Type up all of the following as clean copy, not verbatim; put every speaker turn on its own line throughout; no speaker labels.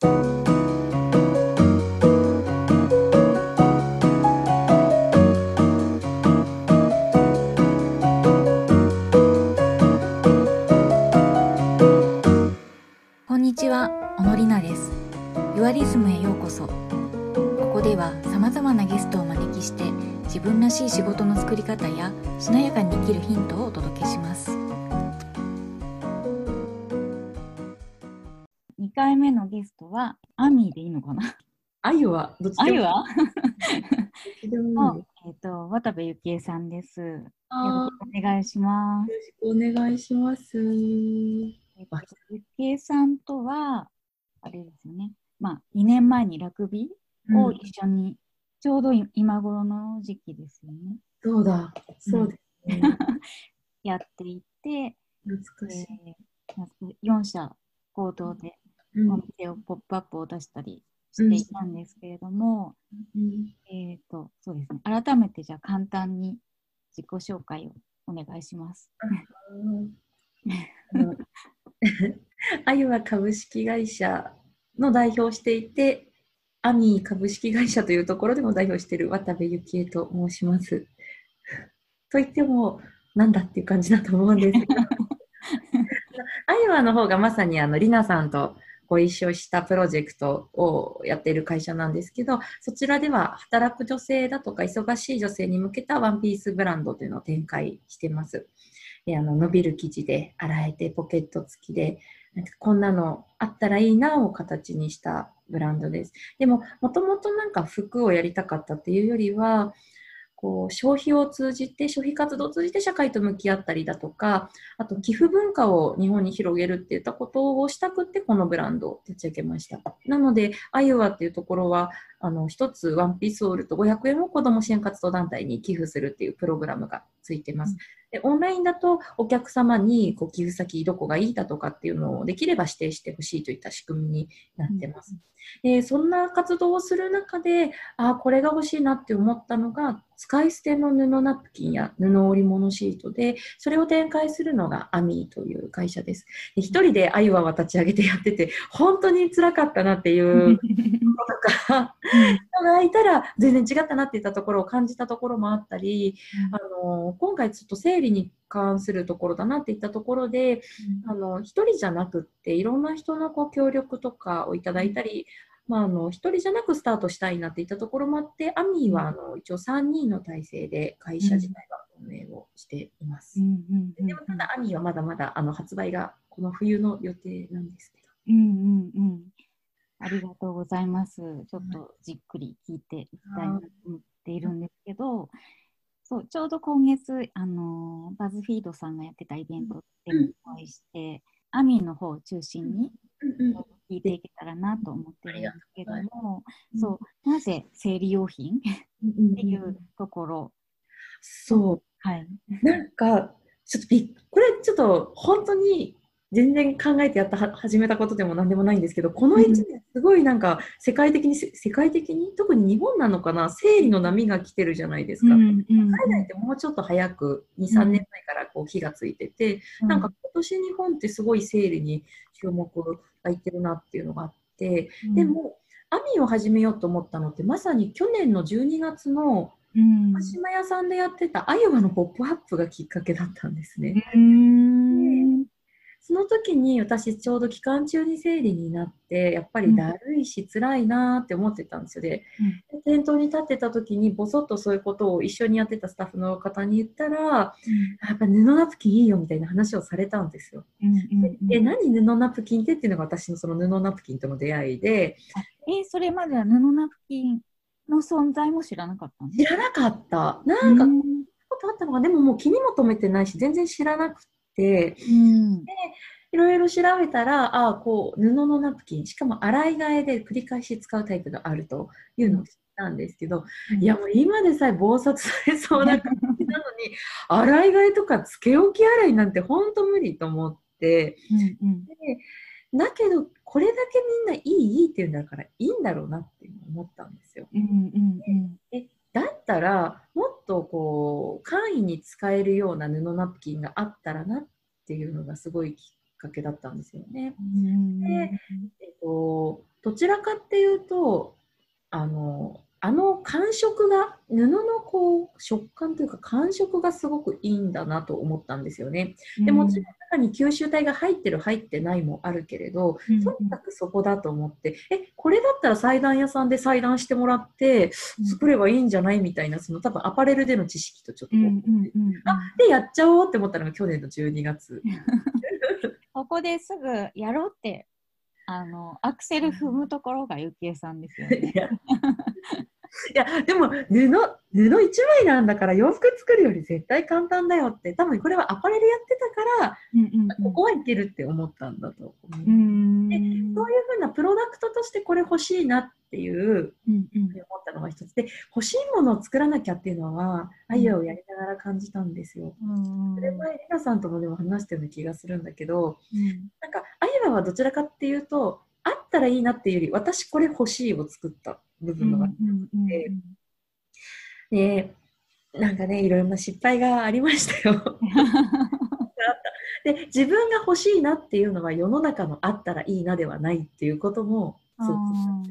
こんにちは、小野里奈です。ユアリズムへようこそ。ここでは様々なゲストをお招きして自分らしい仕事の作り方やしなやかに生きるヒントをお届けします。2回目のゲストはアミーでいいのかな。
あゆはどっちでもいい。
渡部ゆきえさんです。よろし
あ
くお願いします。
よろしくお願いします。
ゆきえさんとはあれですよね。2年前にラグビーを一緒に、ちょうど今頃の時期ですよね。
そうだ、そうですね。
やっていて、
懐かしい。
4社合同でお店をポップアップを出したりしていたんですけれども、そうですね。改めてじゃあ簡単に自己紹介をお願いします。
あゆは株式会社の代表をしていて、アミー株式会社というところでも代表している渡部ゆきえと申します。と言っても、なんだっていう感じだと思うんですけど、あゆはの方がまさにりなさんとご一緒したプロジェクトをやっている会社なんですけど、そちらでは働く女性だとか忙しい女性に向けたワンピースブランドというのを展開しています。伸びる生地で洗えてポケット付きで、なんかこんなのあったらいいなを形にしたブランドです。でも、もともとなんか服をやりたかったっていうよりは、消費を通じて、消費活動を通じて社会と向き合ったりだとか、あと寄付文化を日本に広げるっていったことをしたくって、このブランドを立ち上げました。なので、あゆわっていうところは、一つワンピースを売ると500円を子ども支援活動団体に寄付するっていうプログラムがついています。でオンラインだとお客様に寄付先どこがいいだとかっていうのをできれば指定してほしいといった仕組みになってます。そんな活動をする中で、これが欲しいなって思ったのが、使い捨ての布ナプキンや布織物シートで、それを展開するのがアミーという会社です。一人であゆわを立ち上げてやってて、本当に辛かったなっていうことか、人がいたら全然違ったなっていったところを感じたところもあったり、今回ちょっと生理に関するところだなっていったところで、一人じゃなくっていろんな人の協力とかをいただいたり、一人じゃなくスタートしたいなっていったところもあって、アミーは一応3人の体制で会社自体が運営をしています。でもただアミーはまだまだ発売がこの冬の予定なんですけど。
ありがとうございます。ちょっとじっくり聞いていきたいなと思っているんですけど、そうちょうど今月、バズフィードさんがやってたイベントでもお会いして、アミーの方を中心に聞いていけたらなと思ってるんですけども、なぜ生理用品っていうところ。
そう。
はい。
なんか、これちょっと本当に全然考えて始めたことでも何でもないんですけど、この1年すごいなんか世界的に特に日本なのかな、生理の波が来てるじゃないですか。海外ってもうちょっと早く2、3年前から火がついてて、なんか今年日本ってすごい生理に注目がいってるなっていうのがあって、でも、アミを始めようと思ったのってまさに去年の12月の高島屋さんでやってたあゆわのポップアップがきっかけだったんですね。その時に私ちょうど期間中に生理になってやっぱりだるいし辛いなって思ってたんですよ。で店頭に立ってた時にボソッとそういうことを一緒にやってたスタッフの方に言ったら、やっぱ布ナプキンいいよみたいな話をされたんですよ。で何布ナプキンっていうのが私のその布ナプキンとの出会いで、
それまでは布ナプキンの存在も知らなかったの？
知らなかった。なんかことあったのが、でももう気にも留めてないし全然知らなくて、でいろいろ調べたら布のナプキン、しかも洗い替えで繰り返し使うタイプがあるというのを知ったんですけど、いやもう今でさえ忙殺されそうな感じなのに洗い替えとかつけ置き洗いなんて本当無理と思って、だけどこれだけみんないいって言うんだからいいんだろうなって思ったんですよ。だったらもっと簡易に使えるような布ナプキンがあったらなっていうのがすごいきっかけだったんですよね。でどちらかっていうと、感触が、布のこう食感というか感触がすごくいいんだなと思ったんですよね。でもちろん中に吸収体が入ってる入ってないもあるけれど、とにかくそこだと思って、これだったら裁断屋さんで裁断してもらって作ればいいんじゃないみたいな、その多分アパレルでの知識とちょっとでやっちゃおうって思ったのが去年の12月。
ここですぐやろうってアクセル踏むところがゆきえさんですよね。
いやでも布一枚なんだから洋服作るより絶対簡単だよって、多分これはアパレルやってたから、ここはいけるって思ったんだと思う。でそういうふうなプロダクトとしてこれ欲しいなっていう思ったのが一つで、欲しいものを作らなきゃっていうのはアイデアをやりながら感じたんですよ。それ前リナさんともでも話してるような気がするんだけど、なんかアイデアはどちらかっていうとあったらいいなっていうより、私これ欲しいを作った部分があって、でなんかね、いろいろな失敗がありましたよ。で自分が欲しいなっていうのは世の中のあったらいいなではないっていうこともすごく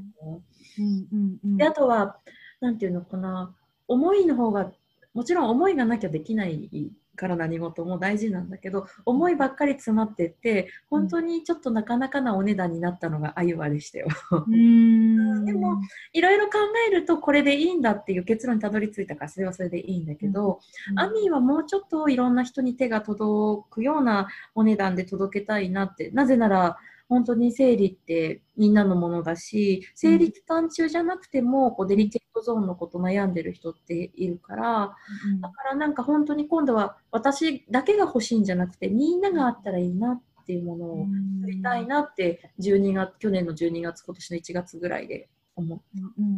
で、あとはなんていうのかな、思いの方がもちろん思いがなきゃできないから何事も大事なんだけど、思いばっかり詰まってって本当にちょっとなかなかなお値段になったのがあゆわでしたよ。でもいろいろ考えるとこれでいいんだっていう結論にたどり着いたからそれはそれでいいんだけど、アミーはもうちょっといろんな人に手が届くようなお値段で届けたいなって。なぜなら本当に生理ってみんなのものだし、生理期間中じゃなくてもこうデリケートゾーンのこと悩んでる人っているから、だからなんか本当に今度は私だけが欲しいんじゃなくてみんながあったらいいなっていうものを作りたいなって去年の12月今年の1月ぐらいで思った。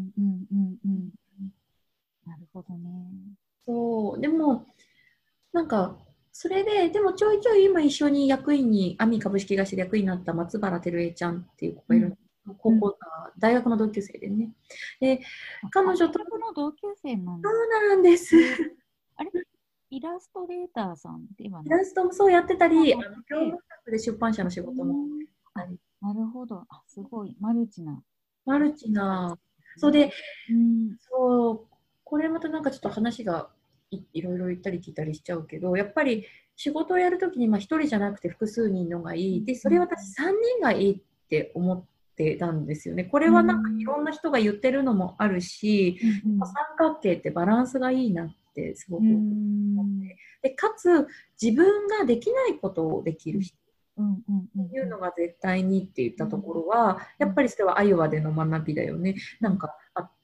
なるほどね。
そうでもなんかそれでもちょいちょい今一緒に役員にアミ株式会社で役員になった松原照江ちゃんっていう子がいる、高校大学の同級生でね。で彼女と
大学の同級生なん
だ。そうなんです。
あれイラストレーターさんって今
イラストもそうやってたり、業務スタッフで出版社の仕事も
なるほど。すごいマルチな。
そうで、そうこれまたなんかちょっと話がいろいろ言ったり聞いたりしちゃうけど、やっぱり仕事をやるときに1人じゃなくて複数人のがいいで、それ私3人がいいって思ってたんですよね。これはなんかいろんな人が言ってるのもあるし、三角形ってバランスがいいなってすごく思って、でかつ自分ができないことをできる人っていうのが絶対にって言ったところは、やっぱりそれはアイオワでの学びだよね。なんかあって、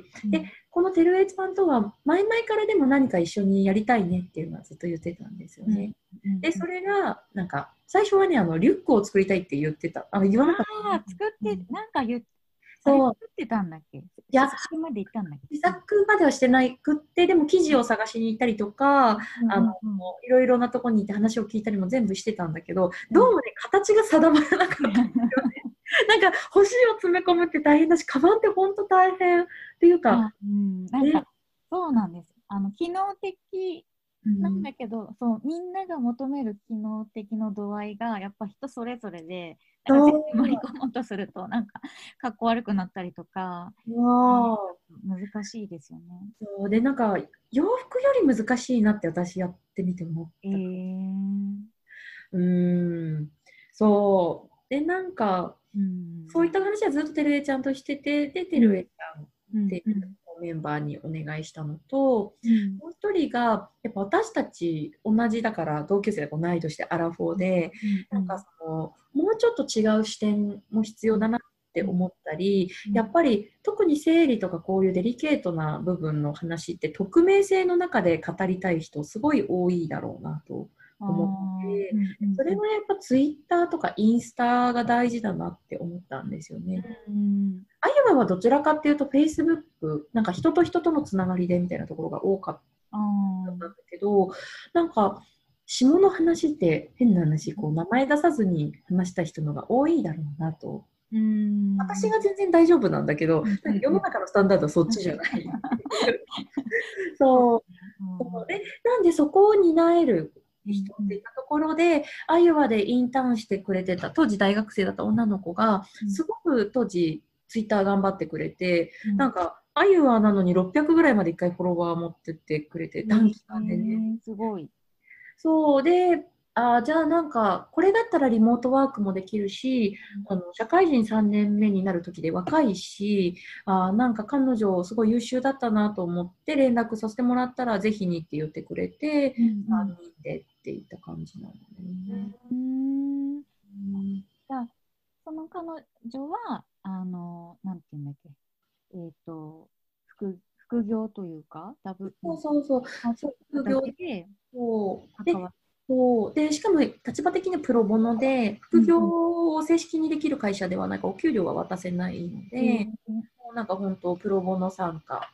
でこのテルエイさんとは前々からでも何か一緒にやりたいねっていうのはずっと言ってたんですよね。でそれがなんか最初はねリュックを作りたいって言ってた。言わなかった。
作ってなんか作ってたんだっけ？いや、試作まで行ったんだっけ？
試作まではしてなくって、でも記事を探しに行ったりとか、いろいろなところに行って話を聞いたりも全部してたんだけど、どうもね形が定まらなかったんですよね。なんか星を詰め込むって大変だし、カバンって本当大変っていうか、
なんかそうなんです。機能的なんだけど、そうみんなが求める機能的の度合いがやっぱ人それぞれで、全部盛り込もうとするとなんかかっこ悪くなったりとか、難しいですよね。
そうでなんか洋服より難しいなって私やってみて思った。そうでなんか、そういった話はずっとてるえちゃんとしてて、でてるえちゃんってメンバーにお願いしたのと、もう一人がやっぱ私たち同じだから同級生で同い年でアラフォーで、なんかもうちょっと違う視点も必要だなって思ったり、やっぱり特に生理とかこういうデリケートな部分の話って匿名性の中で語りたい人すごい多いだろうなと思って、それはやっぱツイッターとかインスタが大事だなって思ったんですよね。あゆまはどちらかっていうとフェイスブックなんか人と人とのつながりでみたいなところが多かったんだけど、なんか下の話って変な話こう名前出さずに話した人のが多いだろうなと。私が全然大丈夫なんだけど、世の中のスタンダードはそっちじゃない。そうでなんでそこを担える人っていったところで、アユワでインターンしてくれてた、当時大学生だった女の子が、すごく当時、ツイッター頑張ってくれて、なんか、アユワなのに600ぐらいまで1回フォロワー持ってってくれて、短期間でね。
すごい。
そうで、じゃあなんか、これだったらリモートワークもできるし、社会人3年目になる時で若いし、なんか彼女すごい優秀だったなと思って連絡させてもらったら、ぜひにって言ってくれて、3人でって言った感じなのね。
じゃあ、その彼女は、なんていうんだっけ、副業というか、
そうそう。副業
で
そうで、そうで、しかも立場的にプロボノで、副業を正式にできる会社ではないか、お給料は渡せないので、なんか本当、プロボノ参加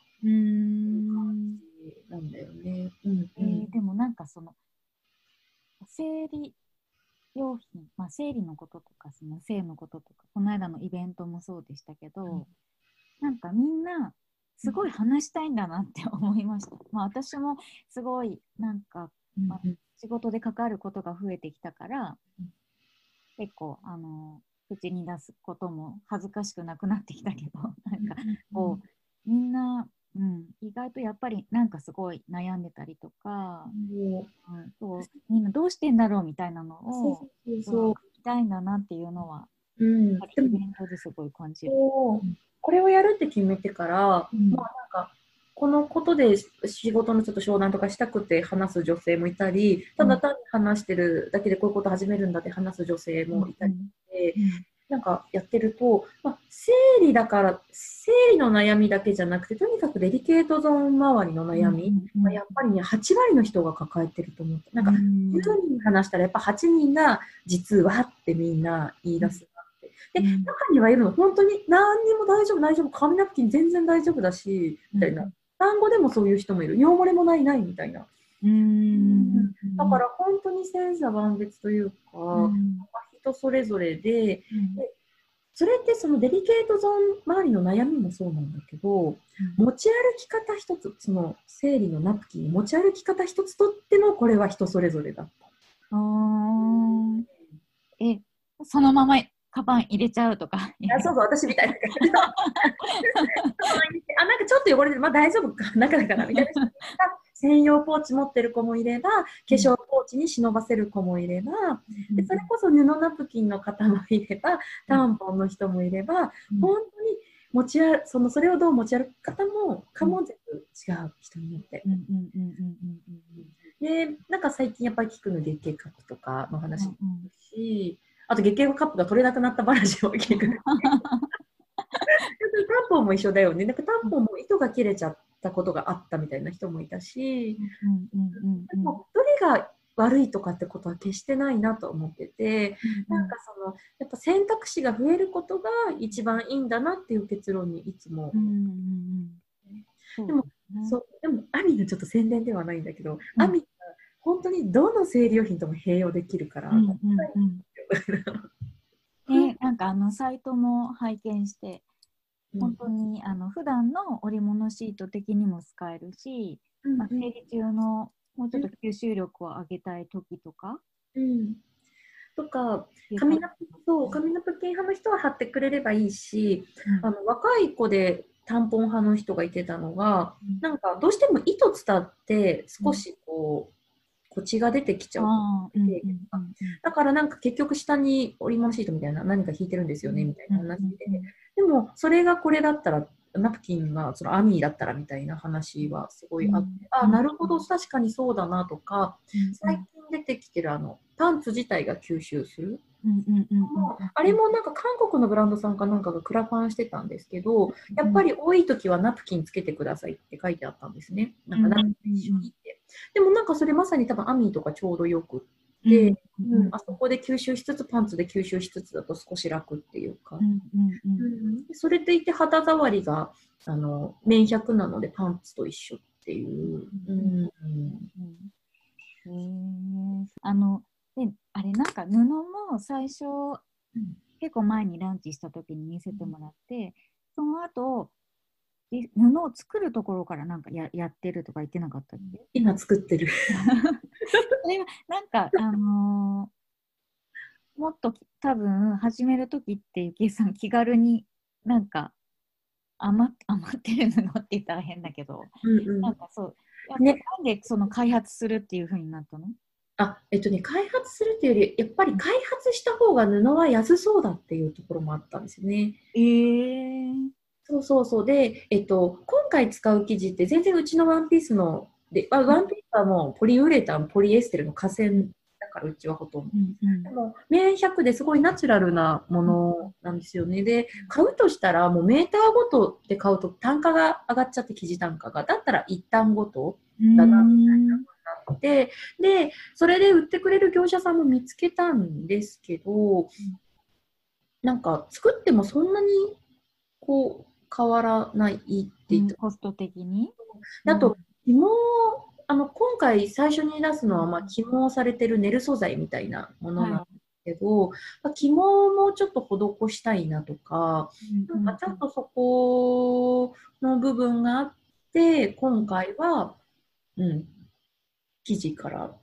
なんだよね。
でもなんかその、生理用品、生理のこととか、その性のこととか、この間のイベントもそうでしたけど、なんかみんな、すごい話したいんだなって思いました。私もすごい、なんか、仕事で関わることが増えてきたから、結構、口に出すことも恥ずかしくなくなってきたけど、なんか、こう、みんな、意外とやっぱりなんかすごい悩んでたりとか、みんなどうしてんだろうみたいなのを聞きたいんだなっていうのは、イベントですごい感じる。
これをやるって決めてから、なんかこのことで仕事のちょっと商談とかしたくて話す女性もいたり、ただ単に話してるだけでこういうこと始めるんだって話す女性もいたりして、なんかやってると、生理だから、生理の悩みだけじゃなくて、とにかくデリケートゾーン周りの悩み、やっぱりね、8割の人が抱えてると思って、なんか10人話したらやっぱ8人が実はってみんな言い出すなって。で、中にはいるの、本当に何にも大丈夫、大丈夫、紙ナプキン全然大丈夫だし、みたいな。単語でもそういう人もいる。尿漏れもないないみたいな。だから本当に千差万別というか、人それぞれで、それってそのデリケートゾーン周りの悩みもそうなんだけど、持ち歩き方一つ、その生理のナプキン、持ち歩き方一つとってもこれは人それぞれだった。
そのままカバン入れちゃうとか。
そうそう、私みたいな。なんかちょっと汚れてる、大丈夫か、中だからみたいな。専用ポーチ持ってる子もいれば、化粧ポーチに忍ばせる子もいれば、でそれこそ布ナプキンの方もいれば、タンポンの人もいれば、本当にそれをどう持ち歩く方も全部違う人によって。で、なんか最近やっぱり聞くの月経カップとかの話も聞くし、あと月経カップが取れなくなった話も聞く。タンポンも一緒だよね。なんかタンポンも糸が切れちゃったことがあったみたいな人もいたし、でもどれが悪いとかってことは決してないなと思ってて、なんかやっぱ選択肢が増えることが一番いいんだなっていう結論にいつも。でもアミのちょっと宣伝ではないんだけど、アミは本当にどの生理用品とも併用できるから。
なんかサイトも拝見して、本当に普段の織物シート的にも使えるし、生理中のもうちょっと吸収力を上げたい時とか、
とか、紙ナプキン派の人は貼ってくれればいいし、若い子でタンポン派の人がいてたのが、なんかどうしても糸伝って少し血が出てきちゃう。だからなんか結局下に織物シートみたいな何か引いてるんですよねみたいな話で。でもそれがこれだったら、ナプキンがそのアミーだったらみたいな話はすごいあって、なるほど、確かにそうだなとか、最近出てきてるパンツ自体が吸収する。あれもなんか韓国のブランドさんかなんかがクラファンしてたんですけど、やっぱり多い時はナプキンつけてくださいって書いてあったんですね。なんかナプキン一緒にって。でもなんかそれまさに多分アミーとかちょうどよくって、あそこで吸収しつつパンツで吸収しつつだと少し楽っていうか、それといって肌触りが綿100なのでパンツと一緒っていう。
であれなんか布も最初、結構前にランチした時に見せてもらって、その後で布を作るところからなんかやってるとか言ってなかったっけ？
今作ってる。
それはなんか、もっと多分始めるときってゆきえさん気軽になんか余ってる布って言ったら変だけど、
うんう
なんかそう、やっ
ん。
ぱ
ね、
なんでその開発するっていう風になったの？
開発するっていうより、やっぱり開発した方が布は安そうだっていうところもあったんですよね。
えー、
そうそうそう。で、今回使う生地って全然うちのワンピースの、ワンピースはもうポリウレタン、ポリエステルの化繊だからうちはほとんど。
うんうん
でも、綿100ですごいナチュラルなものなんですよね。で、買うとしたらもうメーターごとで買うと単価が上がっちゃって、生地単価が。だったら一旦ごと
う
だな、み
ん
たいなで、それで売ってくれる業者さんも見つけたんですけど、なんか作ってもそんなにこう変わらないって言った。
コスト的に。
あと、紐、今回最初に出すのは、紐されてるネル素材みたいなものなんですけど、紐もちょっと施したいなとか、なんかちょっとそこの部分があって、今回は、生地からって。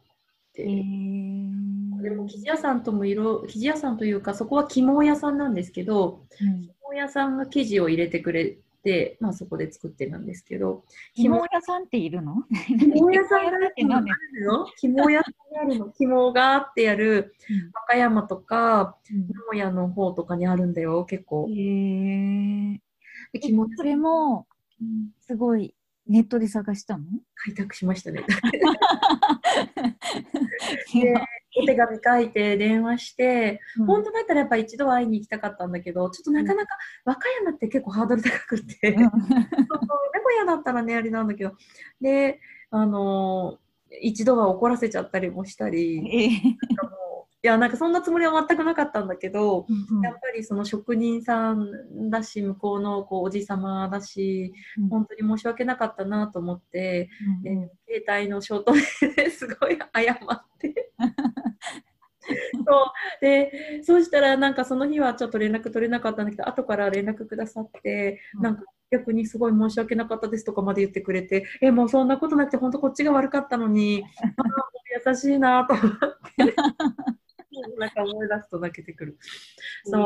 でも生地屋さんとも生地屋さんというか、そこは起毛屋さんなんですけど、起毛屋さんが生地を入れてくれて、そこで作ってなんですけど、
起毛屋さんっているの？
起毛屋さんがあるの？起毛屋さんがあるの？起毛があってやる、和歌山とか、名古屋の方とかにあるんだよ、結構。
それも、すごい、ネットで探したの？
開拓しましたね。で、お手紙書いて電話して、本当だったらやっぱ一度会いに行きたかったんだけど、ちょっとなかなか和歌山って結構ハードル高くて、名古屋だったらね、あれなんだけど、で、一度は怒らせちゃったりもしたり、なんかそんなつもりは全くなかったんだけど、やっぱりその職人さんだし、向こうのおじさまだし、本当に申し訳なかったなと思って、携帯のショートメールですごい謝ってそうしたらなんかその日はちょっと連絡取れなかったんだけど、後から連絡くださって、なんか逆にすごい申し訳なかったですとかまで言ってくれて、もうそんなことなくて本当こっちが悪かったのに、優しいなと思ってなんか思い出すと泣けてくる。そう、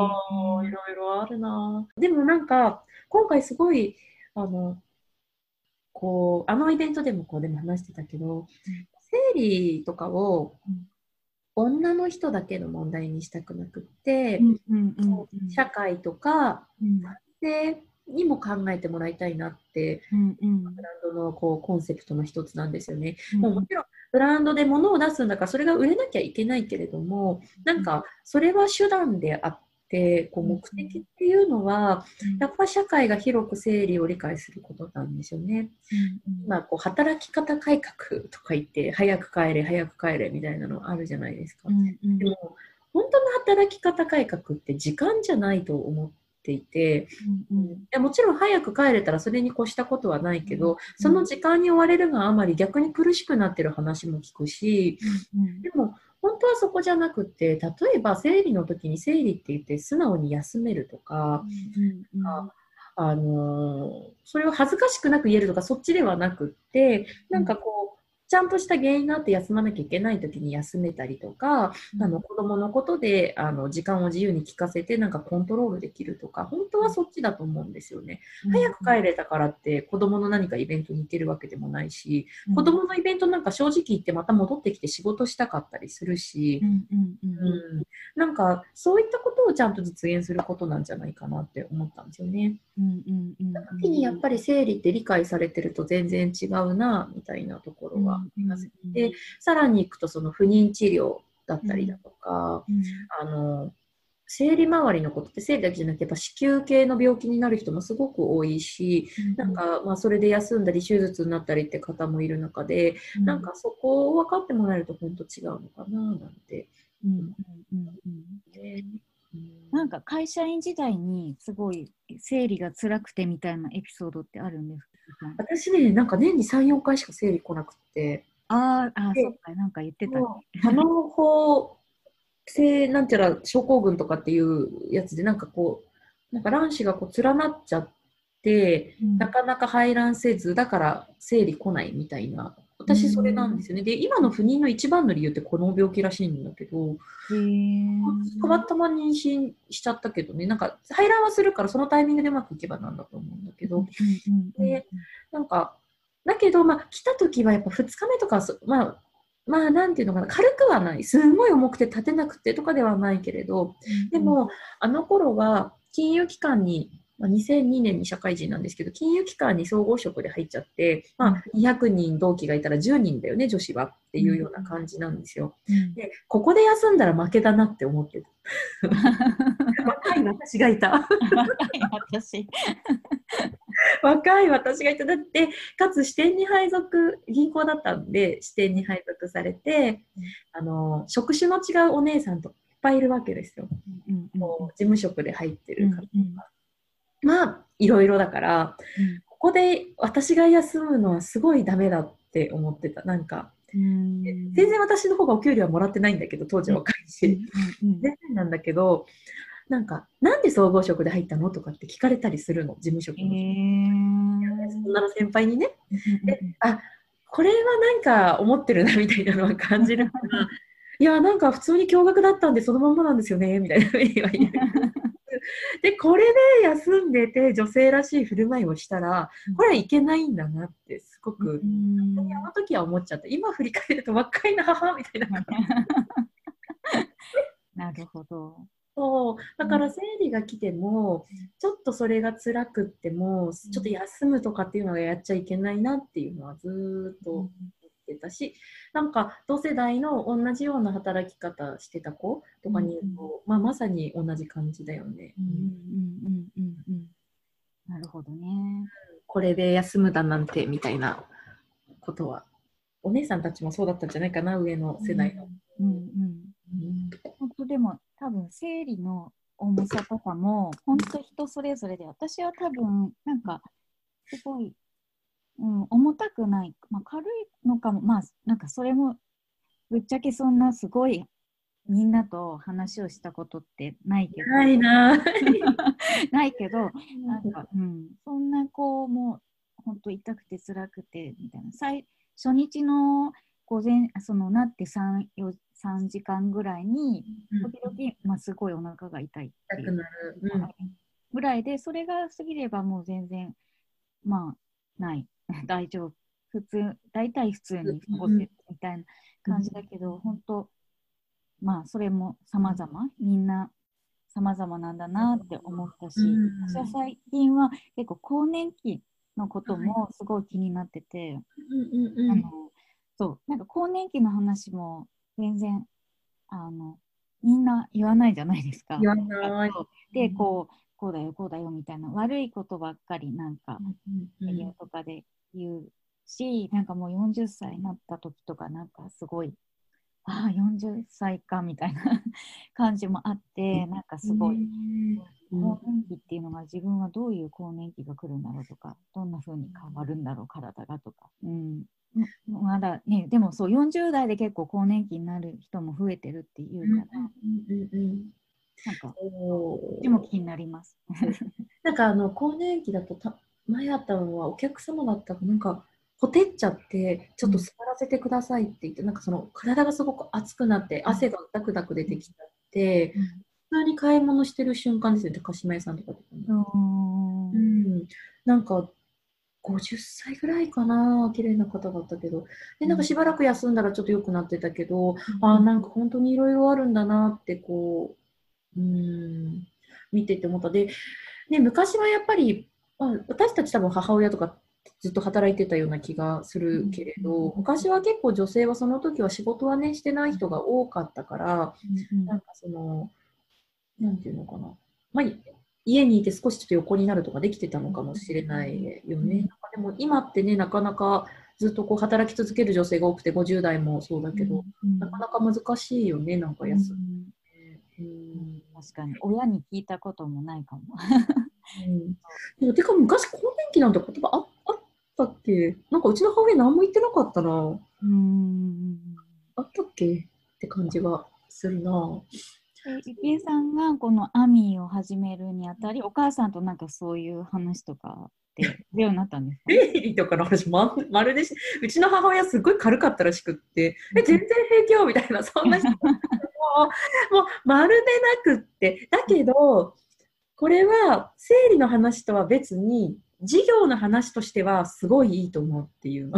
いろいろあるな。でもなんか今回すごいあのイベントでもでも話してたけど、生理とかを女の人だけの問題にしたくなくって、社会とか男性にも考えてもらいたいなって、ブランドのコンセプトの一つなんですよね。もちろんブランドで物を出すんだからそれが売れなきゃいけないけれども、なんかそれは手段であって、目的っていうのはやっぱ社会が広く生理を理解することなんですよね。働き方改革とか言って早く帰れ早く帰れみたいなのあるじゃないですか。でも本当の働き方改革って時間じゃないと思っていて、もちろん早く帰れたらそれに越したことはないけど、その時間に追われるがあまり逆に苦しくなってる話も聞くし、でも本当はそこじゃなくて、例えば生理の時に生理って言って素直に休めるとか、それを恥ずかしくなく言えるとかそっちではなくって、なんかちゃんとした原因があって休まなきゃいけない時に休めたりとか、子供のことで時間を自由に聞かせてなんかコントロールできるとか、本当はそっちだと思うんですよね。早く帰れたからって子供の何かイベントに行けるわけでもないし、子供のイベントなんか正直言ってまた戻ってきて仕事したかったりするし、なんかそういったことをちゃんと実現することなんじゃないかなって思ったんですよね。時にやっぱり生理って理解されてると全然違うなみたいなところはあります。で、さらに行くとその不妊治療だったりだとか、生理周りのことって生理だけじゃなくてやっぱ子宮系の病気になる人もすごく多いし、なんかそれで休んだり手術になったりって方もいる中で、なんかそこを分かってもらえると本当違うのかななんて。
なんか会社員時代にすごい生理が辛くてみたいなエピソードってあるんですか？
私ね、なんか年に3、4回しか生理来なくて。
そっか、なんか言ってたね。
多嚢胞性なんちゃら症候群とかっていうやつで、なんかなんか卵子が連なっちゃって、
うん
なかなか排卵せず、だから生理来ないみたいな。私それなんですよね。で、今の不妊の一番の理由ってこの病気らしいんだけど、
へえ。
たまたま妊娠しちゃったけどね、なんか排卵はするからそのタイミングでうまくいけばなんだと思うんだけど、
うんうんうん
で、なんか、だけど、まあ、来た時はやっぱ2日目とかはまあ、なんていうのかな、軽くはない。すごい重くて立てなくてとかではないけれど、でも、あの頃は金融機関に、まあ、2002年に社会人なんですけど、金融機関に総合職で入っちゃって、まあ、200人同期がいたら10人だよね、女子はっていうような感じなんですよ。で、ここで休んだら負けだなって思ってた。若い私がいた。
若い私。
若い私がいた。だって、かつ支店に配属、銀行だったんで、支店に配属されて、職種の違うお姉さんといっぱいいるわけですよ。こう事務職で入ってる方とか。まあ、いろいろだから、ここで私が休むのはすごいダメだって思ってた。なんか、全然私の方がお給料はもらってないんだけど、当時は若いし。全然なんだけど、なんで総合職で入ったのとかって聞かれたりするの、事務職の人。そんなの先輩にね。で、これはなんか思ってるなみたいなのは感じるから、いや、なんか普通に驚愕だったんで、そのまんまなんですよね、みたいなふうには言う。で、これで休んでて女性らしい振る舞いをしたら、これはいけないんだなってすごく、あの時は思っちゃった。今振り返ると若いな、母みたいな感じ。
なるほど。
そうだから生理が来ても、ちょっとそれが辛くっても、ちょっと休むとかっていうのがやっちゃいけないなっていうのはずっと言ってたし、なんか同世代の同じような働き方してた子とかに言うと、まさに同じ感じだよね。
なるほどね。
これで休むだなんてみたいなことは、お姉さんたちもそうだったんじゃないかな、上の世代の。
本当でも多分生理の重さとかも本当人それぞれで、私は多分なんかすごい、重たくない、軽いのかも、なんかそれもぶっちゃけそんなすごいみんなと話をしたことってないけど、
ないな
ないけど、なんか、そんなこう、もう本当痛くて辛くてみたいな。初日の午前、なって3時間ぐらいに、時々、すごいお腹が痛いっていうぐらいで、それが過ぎればもう全然、ない。大丈夫。大体普通に過ごせるみたいな感じだけど、本当、それも様々、みんな様々なんだなって思ったし、私は最近は結構更年期のこともすごい気になってて、なんか更年期の話も全然みんな言わないじゃないですか。
言わない。
で、こうだよ、こうだよみたいな悪いことばっかりなんかメディアとかで言うし、なんかもう40歳になった時とかなんかすごい、40歳かみたいな感じもあって、なんかすごい、更年期っていうのが自分はどういう更年期が来るんだろうとか、どんな風に変わるんだろう、体がとか。まだね、でもそう40代で結構更年期になる人も増えてるっていうから、なんか、でも気になります。
なんか更年期だと前あったのはお客様だったかなんかほてっちゃってちょっと座らせてくださいって言って、なんかその体がすごく熱くなって汗がダクダク出てきちゃって、普通に買い物してる瞬間ですよ、高島屋さんとかで。なんか50歳ぐらいかな、綺麗な方だったけど、でなんかしばらく休んだらちょっと良くなってたけど、なんか本当にいろいろあるんだなってこう、見てて思った。で、昔はやっぱり、私たち多分母親とかずっと働いてたような気がするけれど、昔は結構女性はその時は仕事はね、してない人が多かったから、なんかなんていうのかな。家にいて少しちょっと横になるとかできてたのかもしれないよね。でも今ってね、なかなかずっとこう働き続ける女性が多くて、50代もそうだけど、なかなか難しいよね、なんか休む。
確かに、親に聞いたこともないかも。
てか、昔、更年期なんて言葉あったっけ？なんかうちの母親何も言ってなかったな。あったっけって感じがするな。
ゆきえさんがこのアミーを始めるにあたり、お母さんとなんかそういう話とかって出るようになったんですか？
生理とかの話、まるでうちの母親すごい軽かったらしくって、全然平気よみたいな、そんな人もうまるでなくって、だけど、これは生理の話とは別に、授業の話としてはすごいいいと思うっていうの。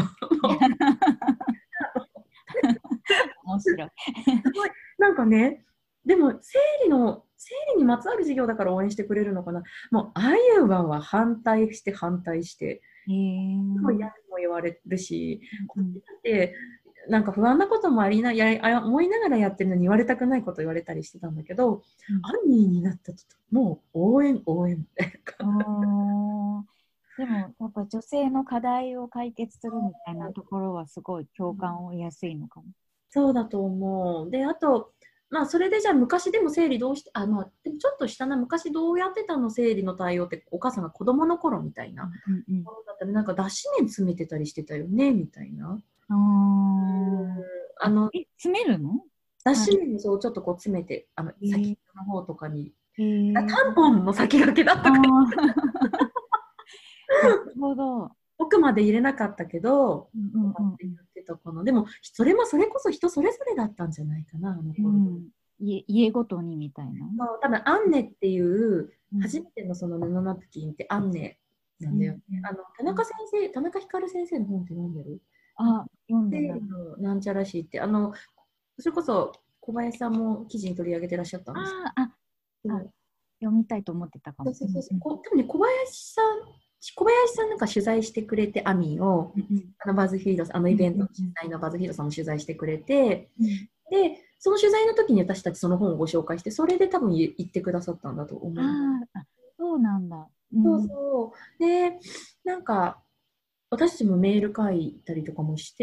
面白い。
すごい、なんかね、でも生理にまつわる授業だから応援してくれるのかな。もう、あゆは反対して反対して、
へえ。
もう嫌にも言われるし、こっち
うん
だって、なんか不安なことも思いながらやってるのに言われたくないこと言われたりしてたんだけど、
うん
アニーになったともう応援応援みたいな感
おーでも、やっぱ女性の課題を解決するみたいなところはすごい共感を得やすいのかも。
そうだと思う。で、あと、まあ、それでじゃあ昔でも生理どうして、でもちょっとしたな、昔どうやってたの生理の対応って、お母さんが子供の頃みたいな。
うんうん
そうだったら、なんか脱脂綿詰めてたりしてたよね、みたいな。
うん
あの、
詰めるの？
脱脂綿をそうちょっとこう詰めて、先の方とかに、
へー
タンポンの先駆けだった
あ
から、
ーなるほど。
奥まで入れなかったけど、
うんうんうん
って言ってたかな。でも、それこそ人それぞれだったんじゃないかな、あの頃。
家ごとにみたいな。
そう多分アンネっていう
うん
初めてのその布ナプキンってアンネなんだよね。田中光先生の本って読んでる？
読んでない。
生理のなんちゃらしいって、それこそ小林さんも記事に取り上げてらっしゃったんですけど、
読みたいと思ってたかも。
多分ね、小林さんなんか取材してくれて、アミーを、バズフィードさん、イベントの主催のバズフィードさんも取材してくれて、で、その取材の時に私たちその本をご紹介して、それで多分言ってくださったんだと思う。
そうなんだ。
そうそう。で、なんか、私たちもメール書いたりとかもして、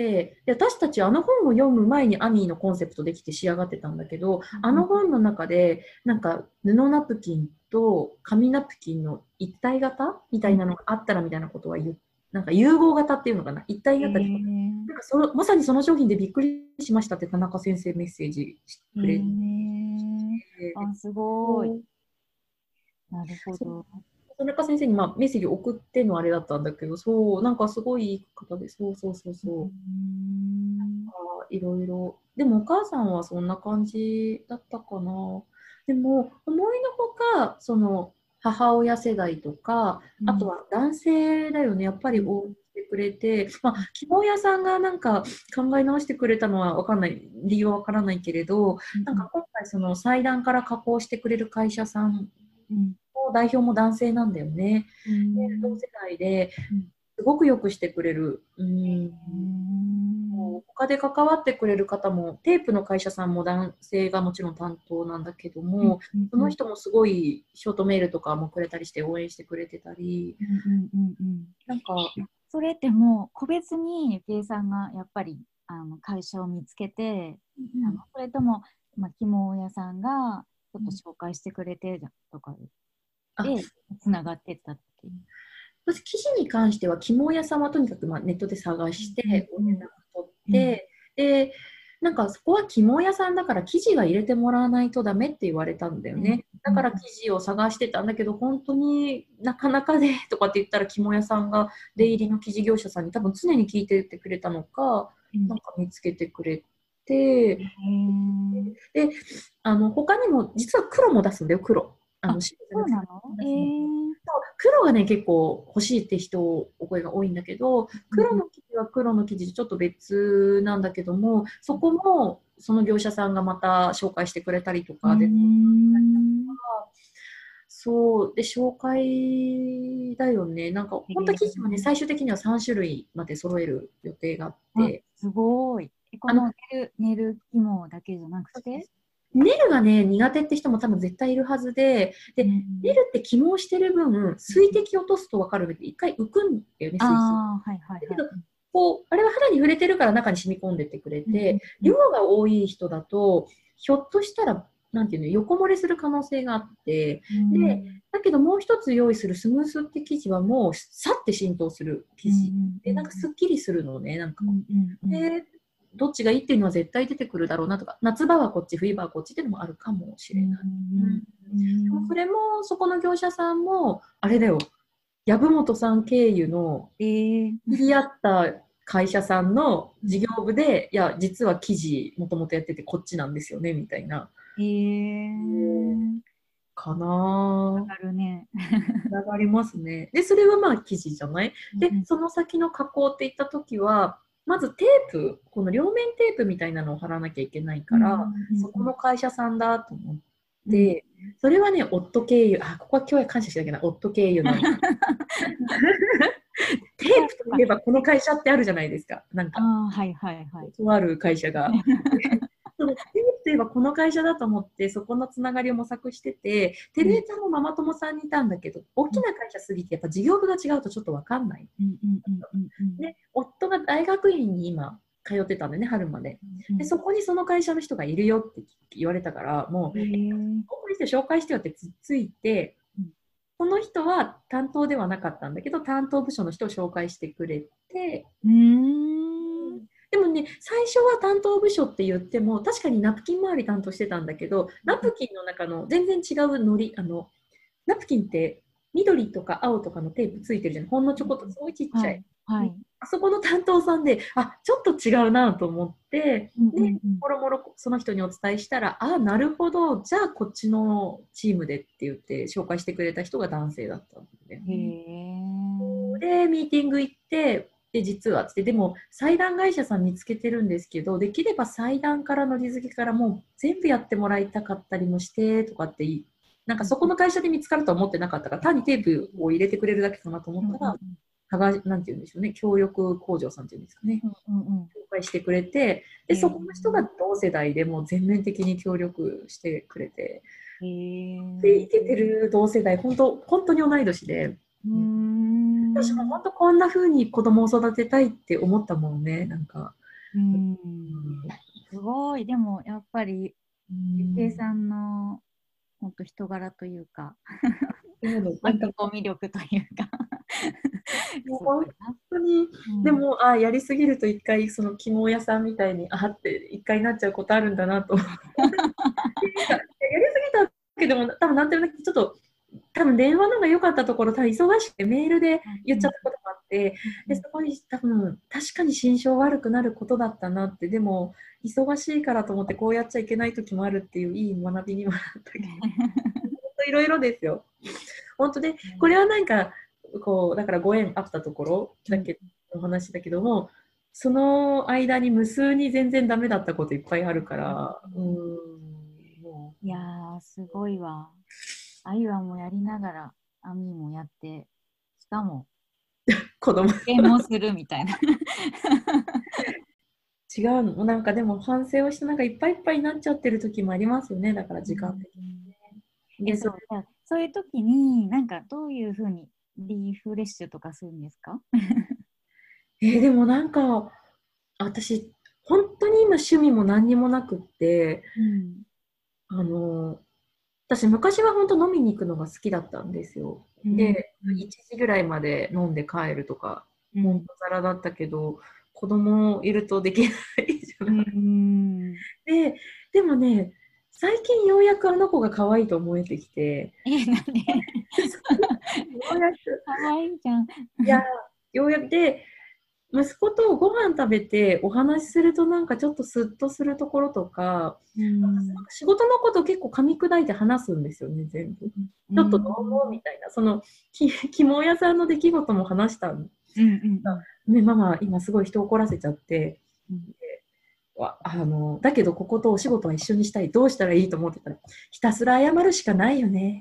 で私たちあの本を読む前にアミーのコンセプトできて仕上がってたんだけど、あの本の中で、なんか布ナプキンと紙ナプキンの一体型みたいなのがあったらみたいなことはなんか融合型っていうのかな、一体型で、なんかまさにその商品でびっくりしましたって田中先生メッセージしてくれて、
すごい。なるほど。
田中先生にメッセージを送ってのあれだったんだけど、そう、なんかすごいいい方で、そう。いろいろ。でもお母さんはそんな感じだったかな。でも、思いのほか、その母親世代とか、あとは男性だよね、やっぱり応援してくれて、肝屋さんがなんか考え直してくれたのは分かんない、理由は分からないけれど、なんか今回その祭壇から加工してくれる会社さん代表も男性なんだよね。同世代ですごくよくしてくれる。他で関わってくれる方も、テープの会社さんも男性がもちろん担当なんだけども、その人もすごいショートメールとかもくれたりして応援してくれてたり、なんか
それってもう個別にゆきえさんがやっぱり会社を見つけて、それとも肝屋さんがちょっと紹介してくれてとかでつながってったっていう。
記事に関しては肝屋さんはとにかくネットで探してお連絡取って、でなんかそこは肝屋さんだから記事が入れてもらわないとダメって言われたんだよね。だから記事を探してたんだけど、本当になかなかでとかって言ったら肝屋さんが出入りの記事業者さんに多分常に聞いててくれたのか、なんか見つけてくれて、で他にも実は黒も出すんだよ、黒。
そうなの？
黒がね、結構欲しいって人、お声が多いんだけど、黒の生地は黒の生地でちょっと別なんだけども、そこもその業者さんがまた紹介してくれたりとかで、そうで紹介だよね。なんか本当は生地もね、最終的には3種類まで揃える予定があって、
すごい。この寝る肝だけじゃなくて。
ネルがね、苦手って人も多分絶対いるはずで、ネルって肝をしてる分、水滴落とすと分かるんだけど、一回浮くんだよね、水滴。だけど、あれは肌に触れてるから中に染み込んでってくれて、量が多い人だと、ひょっとしたら、なんていうの、横漏れする可能性があって、で、だけどもう一つ用意するスムースって生地はもう、さって浸透する生地。で、なんかすっきりするのね、なんか。 どっちがいいっていうのは絶対出てくるだろうなとか、夏場はこっち、冬場はこっちっていうのもあるかもしれない。でもそれも、そこの業者さんも、あれだよ、籔本さん経由の知り合った会社さんの事業部で、いや、実は記事もともとやっててこっちなんですよね、みたいな。かな
あるね。
つながりますね。で、それはまあ記事じゃない。で、その先の加工っていったときは、まずテープ、この両面テープみたいなのを貼らなきゃいけないから、そこの会社さんだと思って、それはね、夫経由、あ、ここは今日は感謝しなきゃな、夫経由の。テープといえばこの会社ってあるじゃないですか。なんか、とある会社が。そのテープといえばこの会社だと思ってそこのつながりを模索してて、テレータもママ友さんにいたんだけど、大きな会社すぎてやっぱ事業部が違うとちょっと分かんない。で、夫が大学院に今通ってたんでね、春まで。で、そこにその会社の人がいるよって言われたから、もう、この人紹介してよってつっついて、この人は担当ではなかったんだけど、担当部署の人を紹介してくれて、でもね、最初は担当部署って言っても、確かにナプキン周り担当してたんだけど、ナプキンの中の全然違うのり、ナプキンって緑とか青とかのテープついてるじゃん。ほんのちょこっと、すごいちっちゃい。あそこの担当さんで、あ、ちょっと違うなと思って、で、もろもろその人にお伝えしたら、あ、なるほど、じゃあこっちのチームでって言って紹介してくれた人が男性だったんだよね。で、ミーティング行って、で、実はつって、でも、裁断会社さん見つけてるんですけど、できれば裁断からのり付けからもう全部やってもらいたかったりもして、とかってなんかそこの会社で見つかるとは思ってなかったから、単にテープを入れてくれるだけかなと思ったら、なんて言うんでしょうね、協力工場さんっていうんですかね、紹介してくれて、で、そこの人が同世代でもう全面的に協力してくれて、で、イケてる同世代、本当に同い年で、私も本当こんな風に子供を育てたいって思ったもんね、なんか。
すごい、でもやっぱり、ゆきえさんの本当人柄というか、なんかこう魅力というか。
本当に、でも、やりすぎると一回、その肝屋さんみたいに、って一回なっちゃうことあるんだなと。やりすぎたわけでも、多分なんていうの、ちょっと、多分電話の方が良かったところ、多分忙しくてメールで言っちゃったことがあって、でそこに多分確かに心象悪くなることだったなって、でも忙しいからと思ってこうやっちゃいけない時もあるっていういい学びにもなったけど、いろいろですよ。本当で、これはなんかこうだからご縁あったところだけの話だけども、その間に無数に全然ダメだったこといっぱいあるから、
いやーすごいわ。あゆはもやりながら、あみもやって、しかも、
子供
もするみたいな。
違うの、なんかでも反省をして、なんかいっぱいいっぱいになっちゃってる時もありますよね、だから時間的にね。
そういう時に、なんかどういうふうにリフレッシュとかするんですか？
でもなんか、私、本当に今趣味も何にもなくって、私昔は本当飲みに行くのが好きだったんですよ。で、1時ぐらいまで飲んで帰るとか、本当ザラだったけど、子供いるとできないじゃない。でもね、最近ようやくあの子が可愛いと思えてきて。
なんでようやく。可愛いじゃん。
いや、ようやくで、息子とご飯食べてお話しするとなんかちょっとスッとするところとか、仕事のこと結構噛み砕いて話すんですよね、全部。ちょっとどう思うみたいな、その肝屋さんの出来事も話したんね、ママ今すごい人怒らせちゃって、だけどこことお仕事は一緒にしたい、どうしたらいいと思ってたら、ひたすら謝るしかないよね。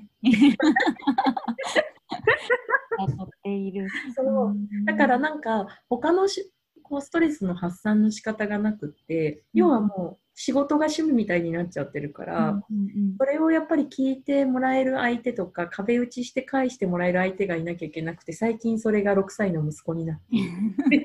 そうだからなんか他のこうストレスの発散の仕方がなくって、要はもう仕事が趣味みたいになっちゃってるから、それをやっぱり聞いてもらえる相手とか壁打ちして返してもらえる相手がいなきゃいけなくて、最近それが6歳の息子になっている。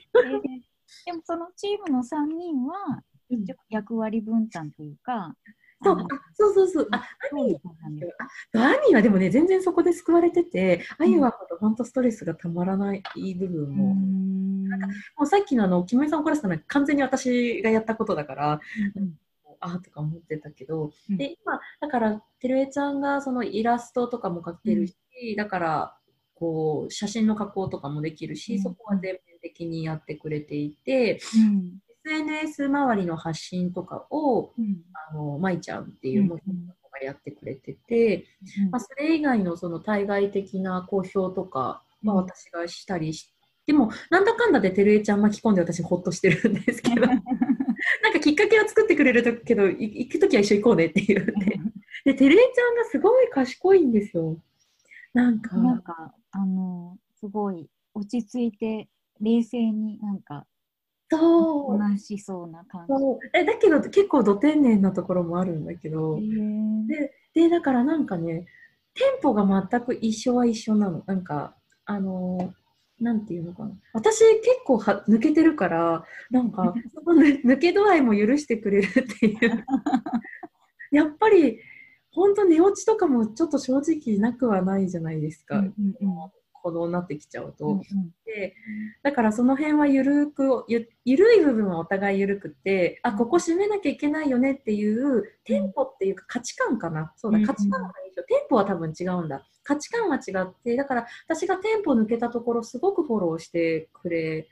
でもそのチームの3人は一応役割分担というか、
そう、そうそうそう。アミはでもね、全然そこで救われてて、あゆは本当ストレスがたまらない部分も、なんかもうさっきのキムエさんからしたら完全に私がやったことだから、あとか思ってたけど、で、今、だから、てるえちゃんがそのイラストとかも描けるし、だから、こう、写真の加工とかもできるし、そこは全面的にやってくれていて、SNS 周りの発信とかを、まいちゃんっていうものがやってくれてて、それ以外のその対外的な公表とかは私がしたりして、でも、なんだかんだでてるえちゃん巻き込んで私ほっとしてるんですけど、なんかきっかけは作ってくれるけど、行くときは一緒行こうねっていうで、てるえちゃんがすごい賢いんですよ。なんか
すごい落ち着いて、冷静に
そう
話しそうな感じ。
だけど結構ど天然なところもあるんだけど、でだからなんかね、テンポが全く一緒は一緒なの。なんかなんていうのかな。私結構抜けてるから、なんかその抜け度合いも許してくれるっていう。やっぱり本当寝落ちとかもちょっと正直なくはないじゃないですか。こうなってきちゃうと。で、だからその辺はゆるい部分はお互いゆるくて、ここ締めなきゃいけないよねっていうテンポっていうか価値観かな。そうだ、価値観がいいと、テンポは多分違うんだ。価値観は違って、だから私がテンポ抜けたところすごくフォローしてくれ。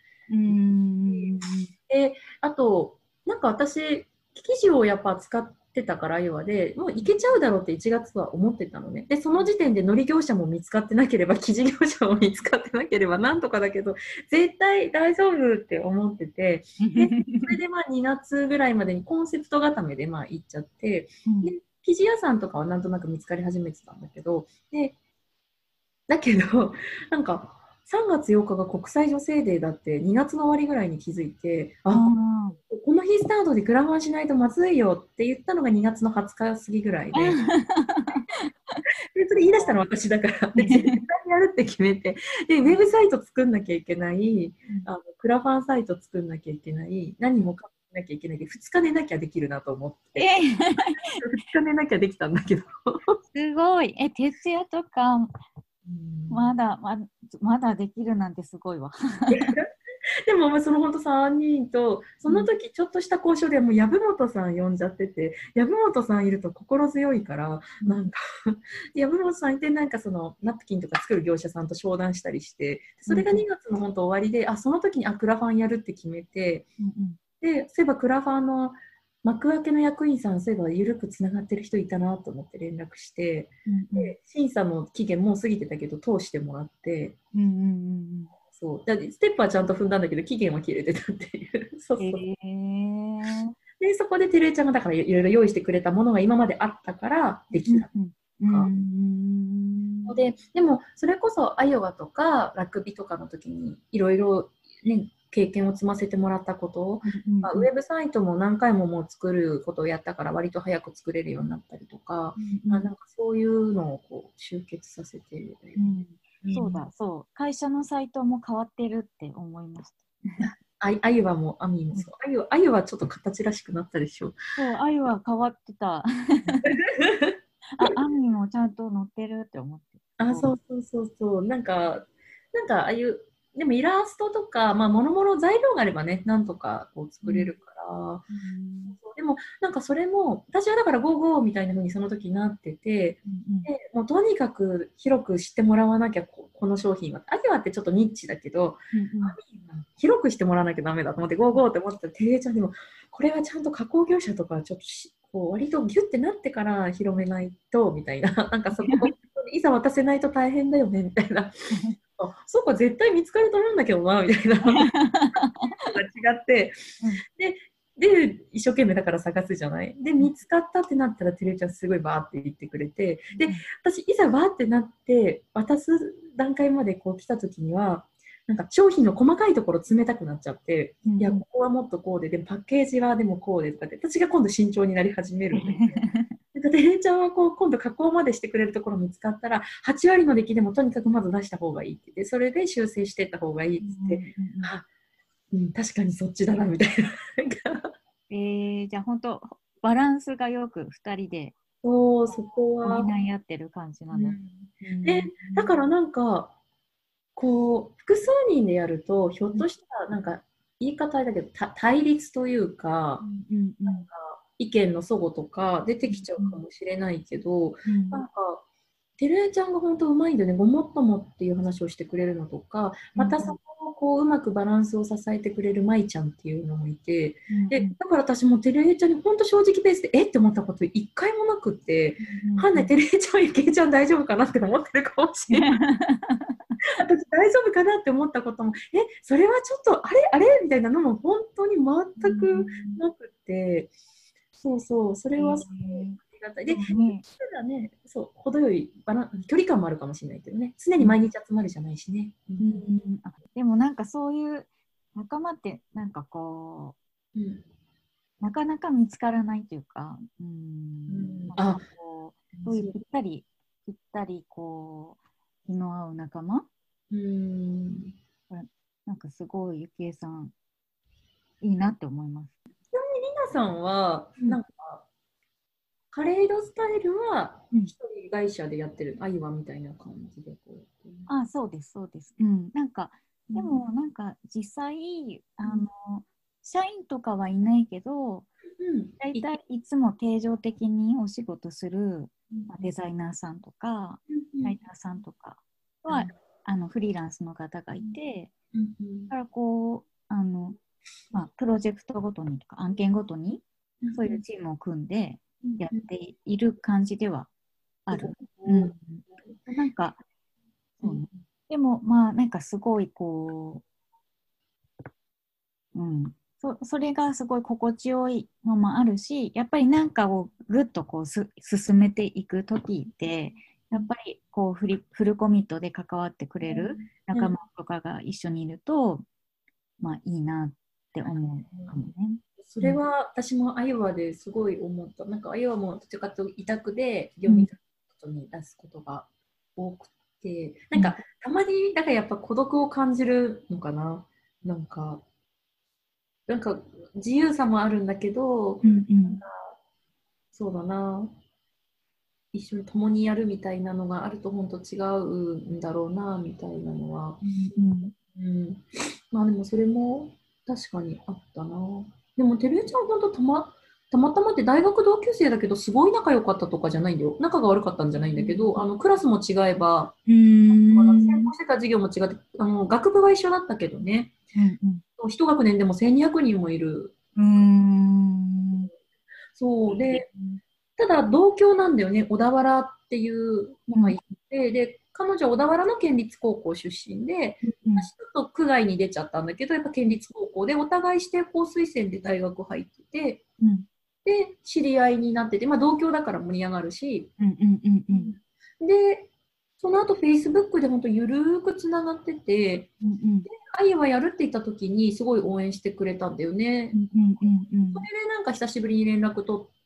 で、あと、なんか私、記事をやっぱ使ってたから、要はで、もういけちゃうだろうって1月は思ってたのね。で、その時点で乗り業者も見つかってなければ、記事業者も見つかってなければ、なんとかだけど、絶対大丈夫って思ってて、で、それで2月ぐらいまでにコンセプト固めで行っちゃって、で、生地屋さんとかはなんとなく見つかり始めてたんだけど、だけど、なんか、3月8日が国際女性デーだって2月の終わりぐらいに気づいて、この日スタートでクラファンしないとまずいよって言ったのが2月の20日過ぎぐらいで、それ言い出したのは私だから、絶対やるって決めて、で、ウェブサイト作んなきゃいけない、クラファンサイト作んなきゃいけない、何もかもしなきゃいけないで、2日寝なきゃできるなと思って、2日寝なきゃできたんだけど。
すごい。徹夜とか、まだできるなんてすごいわ。
でもその本当3人とその時ちょっとした交渉でもう籔本さん呼んじゃってて、籔本さんいると心強いから、なんか籔本さんいて、なんかそのナプキンとか作る業者さんと商談したりして、それが2月の本当終わりで、その時にクラファンやるって決めて、でそういえばクラファンの幕開けの役員さん、そういえば緩くつながってる人いたなと思って連絡して、で審査の期限もう過ぎてたけど通してもらって、そうだステップはちゃんと踏んだんだけど期限は切れてたっていうそうでそこでてるえちゃんがだからいろいろ用意してくれたものが今まであったからできたでもそれこそアイオワとかラグビーとかの時にいろいろね経験を積ませてもらったこと、ウェブサイトも何回ももう作ることをやったから割と早く作れるようになったりとか、なんかそういうのをこう集結させて、
そうだ、そう。会社のサイトも変わってるって思いました。
あゆはもアミもそう。あゆはちょっと形らしくなったでしょ。
そう、あゆは変わってた。アミもちゃんと載ってるって思って。
そう。なんかああいう、でもイラストとか、もろもろ材料があればね、なんとかこう作れるから、でもなんかそれも、私はだから55みたいな風にその時になってて、でもうとにかく広く知ってもらわなきゃ、この商品は。アキワってちょっとニッチだけど、広くしてもらわなきゃダメだと思って、55って思ってたら、てれちゃんでも、これはちゃんと加工業者とか、ちょっとこう割とギュッてなってから広めないと、みたいな、なんかそこ、いざ渡せないと大変だよね、みたいな。そうか、絶対見つかると思うんだけどな、みたいなが違って、で、一生懸命だから探すじゃない。で、見つかったってなったら、てるちゃんすごいバーって言ってくれて、で、私、いざバーってなって、渡す段階までこう来た時には、なんか商品の細かいところ冷たくなっちゃって、いや、ここはもっとこうで、でもパッケージはでもこうでとかって、私が今度慎重になり始めるんで。てれちゃんはこう今度加工までしてくれるところ見つかったら8割の出来でもとにかくまず出した方がいいって言って、それで修正していった方がいいって言って、確かにそっちだなみたいな。
じゃあ本当バランスがよく2人で
そう、そこは。
補い合ってる感じなの。
で、だからなんか、こう、複数人でやると、ひょっとしたら、なんか、言い方あれだけど、対立というか、意見の齟齬とか出てきちゃうかもしれないけど、なんか、てるえちゃんが本当うまいんだよね。ごもっともっていう話をしてくれるのとか、またそこをこううまくバランスを支えてくれるまいちゃんっていうのもいて、でだから私もてるえちゃんに本当正直ベースでって思ったこと一回もなくって、てるえちゃん、ゆきえちゃん大丈夫かなって思ってるかもしれない。私大丈夫かなって思ったことも、それはちょっと、あれみたいなのも本当に全くなくて、そうそう、それはすごいありがたい。で、ただね、そう、程よい距離感もあるかもしれないけどね、常に毎日集まるじゃないしね。
でもなんかそういう仲間ってなんかこう、なかなか見つからないというか、そういうぴったりこう気の合う仲間、なんかすごいゆきえさんいいなって思います。
ちなみにりなさんは、なんかカレードスタイルは一人会社でやってる、あゆはみたいな感じでこう。
そうです、そうです。なんか、でもなんか実際、社員とかはいないけど、大体いつも定常的にお仕事する、デザイナーさんとか、ライターさんとかは、フリーランスの方がいて、だからこう、プロジェクトごとにとか案件ごとに、そういうチームを組んでやっている感じではある。なんか、そうね。でも、まあ、なんかすごいこう、それがすごい心地よいのもあるし、やっぱりなんかをぐっとこう進めていくときって、やっぱりこうフルコミットで関わってくれる仲間とかが一緒にいると、まあいいなって思うかもね。
それは私もアイワですごい思った。なんかアイワもどちらかというと委託で業務委託に出すことが多くて、なんかたまにだからやっぱ孤独を感じるのかな。なんか自由さもあるんだけど、そうだな。一緒に共にやるみたいなのがあると本当違うんだろうなみたいなのは、まあでもそれも確かにあったな。でもてるえちゃん本当たまたまって大学同級生だけどすごい仲良かったとかじゃないんだよ。仲が悪かったんじゃないんだけど、クラスも違えば、専攻してた授業も違って、学部は一緒だったけどね、一学年でも1200人もいる。そうで、ただ同郷なんだよね、小田原っていうのがいて、で、彼女は小田原の県立高校出身で、私ちょっと区外に出ちゃったんだけど、やっぱ県立高校でお互い指定校推薦で大学入ってて、で、知り合いになってて、まあ同郷だから盛り上がるし、で、その後 Facebook で本当ゆるーくつながってて、あゆはやるって言った時にすごい応援してくれたんだよね。それでなんか久しぶりに連絡取って、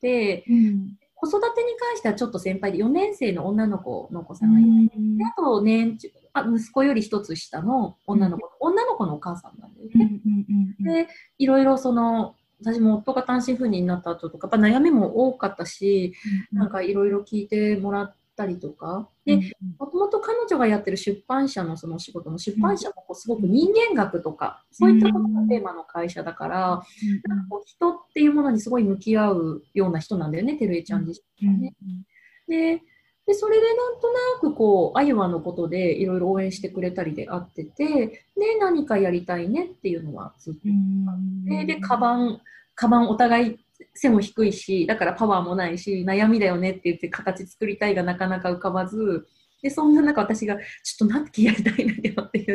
子育てに関してはちょっと先輩で4年生の女の子さんがいて、あと息子より一つ下の女の子のお母さんなんだよね。で、いろいろ私も夫が単身赴任になった後とか、やっぱ悩みも多かったし、なんかいろいろ聞いてもらったりとか、で、もともと彼女がやってる出版社のその仕事の出版社もすごく人間学とか、そういったことがテーマの会社だから、なんか人っていうものにすごい向き合うような人なんだよね、てるえちゃん自身はね。で、それでなんとなくこう、あゆはのことでいろいろ応援してくれたりであってて、で、何かやりたいねっていうのはずっとあって、で、カバンお互い背も低いし、だからパワーもないし、悩みだよねって言って形作りたいがなかなか浮かばず、で、そんな中私が、ちょっとなんてやりたいんだよって言って、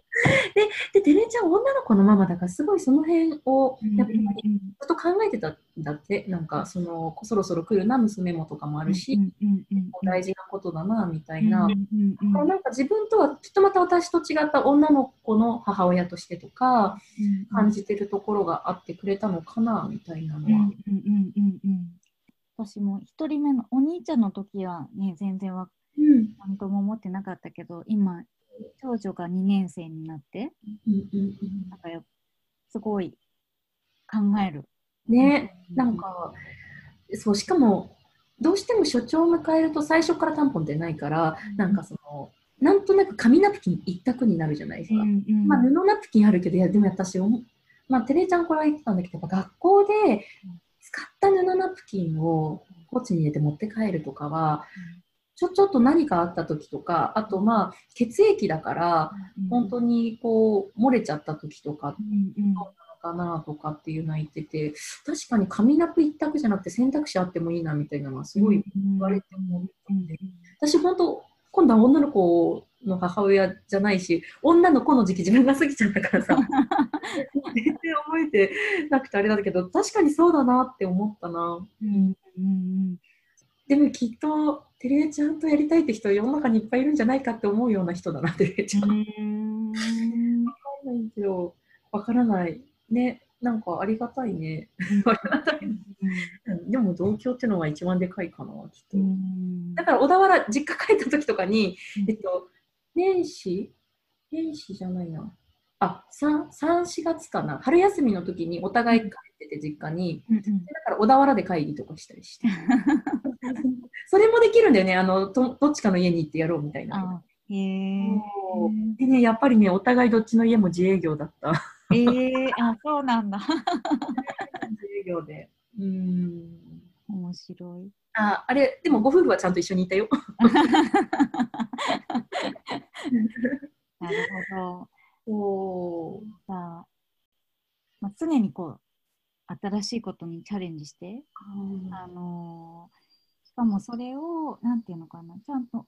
で、てれちゃん女の子のママだから、すごいその辺を、やっぱりずっと考えてたんだって、なんか、そろそろ来るな、娘もとかもあるし、大事なことだな、みたいな。なんか自分とは、きっとまた私と違った女の子の母親としてとか、感じてるところがあってくれたのかな、みたいなのは。
私も一人目のお兄ちゃんの時はね、全然なんとも思ってなかったけど、今、長女が2年生になって、なんかすごい考える。
ね、なんか、 そう、しかも、どうしても所長を迎えると最初からタンポンってないから、なんかその、なんとなく紙ナプキン一択になるじゃないですか。まあ、布ナプキンあるけど、いや、でも私、まあ、テレちゃんこれは言ってたんだけど、やっぱ学校で使った布ナプキンをポーチに入れて持って帰るとかは、ちょっと何かあった時とか、あとまあ、血液だから、本当にこう、漏れちゃった時とか、かなとかっていうのは言ってて、確かに紙ナプ一択じゃなくて選択肢あってもいいなみたいなのはすごい言われて思ったんで、私本当、今度は女の子の母親じゃないし、女の子の時期自分が過ぎちゃったからさ、全然覚えてなくてあれなんだけど、確かにそうだなって思ったな。でもきっと、テレちゃんとやりたいって人は世の中にいっぱいいるんじゃないかって思うような人だな、テレちゃん。わかんないけど、わからない。ね、なんかありがたいね。ありがたい。でも同居っていうのが一番でかいかな、きっと。だから小田原、実家帰った時とかに、年始じゃないな。あ、3、4月かな。春休みの時にお互い帰ってて実家に。だから小田原で会議とかしたりして。それもできるんだよね。どっちかの家に行ってやろうみたいな。でね、やっぱりね、お互いどっちの家も自営業だった。
あ、そうなんだ。
自営業で。
面白い。
あれ、でもご夫婦はちゃんと一緒にいたよ。
なるほ
ど。
まあ、常にこう新しいことにチャレンジして、しかもそれをなんていうのかな、ちゃんと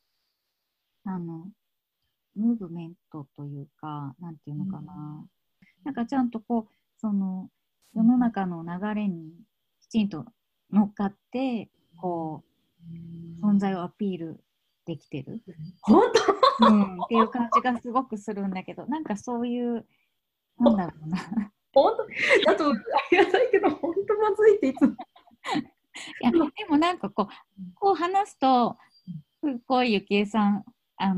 ムーブメントというか、なんていうのかな、なんかちゃんとこうその世の中の流れにきちんと乗っかってこう存在をアピールできてる。
本
当、っていう感じがすごくするんだけど、なんかそういうなんだろうな。
本当だとありがたいけど、本当まずいっていつも。
いやでもなんかこう話すと、すごいゆきえさん、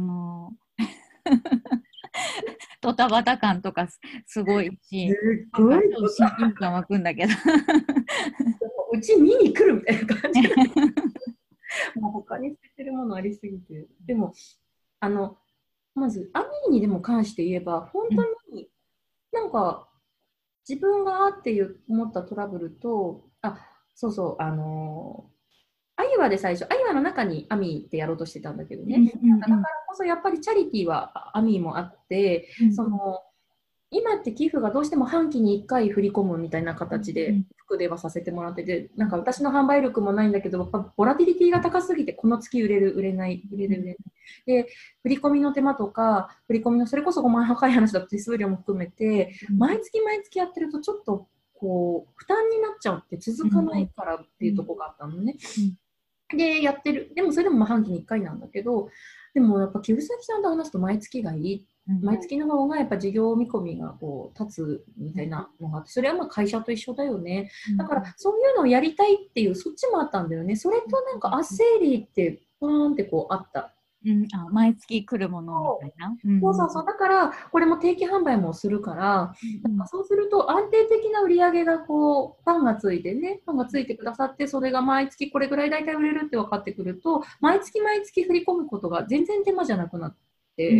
ドタバタ感とかすごいし、
すごい
親近感湧くんだけど。
うち見に来るみたいな感じ。もう他に捨ててるものありすぎて。でも、まず、アミーにでも関して言えば、本当になんか、自分がって思ったトラブルと、そうそう、アユワで最初、アユワの中にアミーってやろうとしてたんだけどね。だからこそやっぱりチャリティーはアミーもあって、今って寄付がどうしても半期に1回振り込むみたいな形で服ではさせてもらってて、なんか私の販売力もないんだけど、やっぱボラティリティが高すぎて、この月売れる、売れない、売れる、売れない。で、振り込みの手間とか、振り込みのそれこそ5万円高い話だと手数料も含めて、毎月毎月やってるとちょっとこう負担になっちゃうって続かないからっていうところがあったのね。で、やってる。でもそれでも半期に1回なんだけど、でもやっぱ寄付先さんと話すと毎月がいい。毎月の方がやっぱ事業見込みがこう立つみたいなのがあって、それはまあ会社と一緒だよね。だからそういうのをやりたいっていうそっちもあったんだよね。それとなんか整理ってポーンってこうあった。
毎月来るものみたいな。
そう。だから、これも定期販売もするから、そうすると安定的な売り上げがこう、ファンがついてね、ファンがついてくださって、それが毎月これぐらい大体売れるって分かってくると、毎月毎月振り込むことが全然手間じゃなくなって、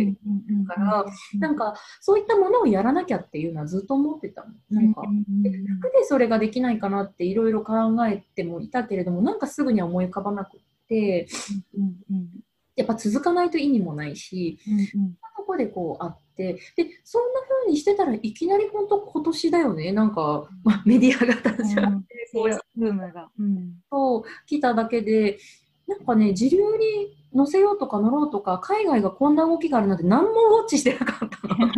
から、なんか、そういったものをやらなきゃっていうのはずっと思ってたの。なんか、服でそれができないかなっていろいろ考えてもいたけれども、なんかすぐには思い浮かばなくて、やっぱ続かないと意味もないし、そこでこうあって、で、そんな風にしてたらいきなり本当今年だよね、なんか、メディアが立ち上がって、
ブームが。
そう、来ただけで、なんかね、時流に乗せようとか乗ろうとか、海外がこんな動きがあるなんて何もウォッチしてなかったの。た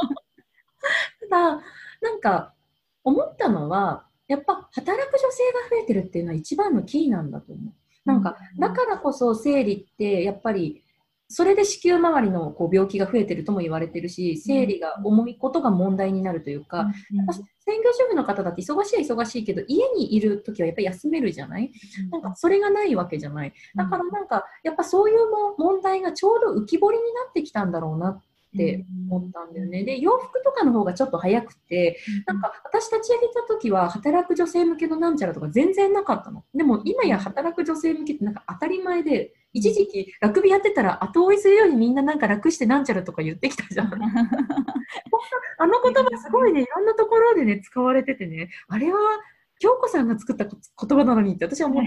だ、なんか、思ったのは、やっぱ働く女性が増えてるっていうのは一番のキーなんだと思う。なんか、だからこそ生理ってやっぱり、それで子宮周りのこう病気が増えてるとも言われてるし、生理が重いことが問題になるというか、専業主婦の方だって忙しいは忙しいけど、家にいるときはやっぱり休めるじゃない？なんかそれがないわけじゃない。だからなんか、やっぱそういう問題がちょうど浮き彫りになってきたんだろうなっって思ったんだよね。で、洋服とかの方がちょっと早くて、なんか私立ち上げた時は働く女性向けのなんちゃらとか全然なかったの。でも今や働く女性向けってなんか当たり前で、一時期ラグビーやってたら後追いするようにみんななんか楽してなんちゃらとか言ってきたじゃん。あの言葉すごいね、いろんなところでね、使われててね、あれは京子さんが作った言葉なのにって私は思って。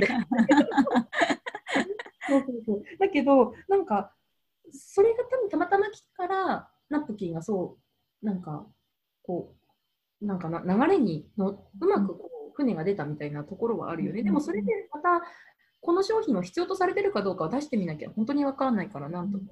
だけど、なんか、それが多分たまたま聞くから、ナプキンがそう、なんか、こう、なんかな流れにのうまくこう船が出たみたいなところはあるよね。でもそれでまた、この商品を必要とされてるかどうかを出してみなきゃ本当にわからないからなんと。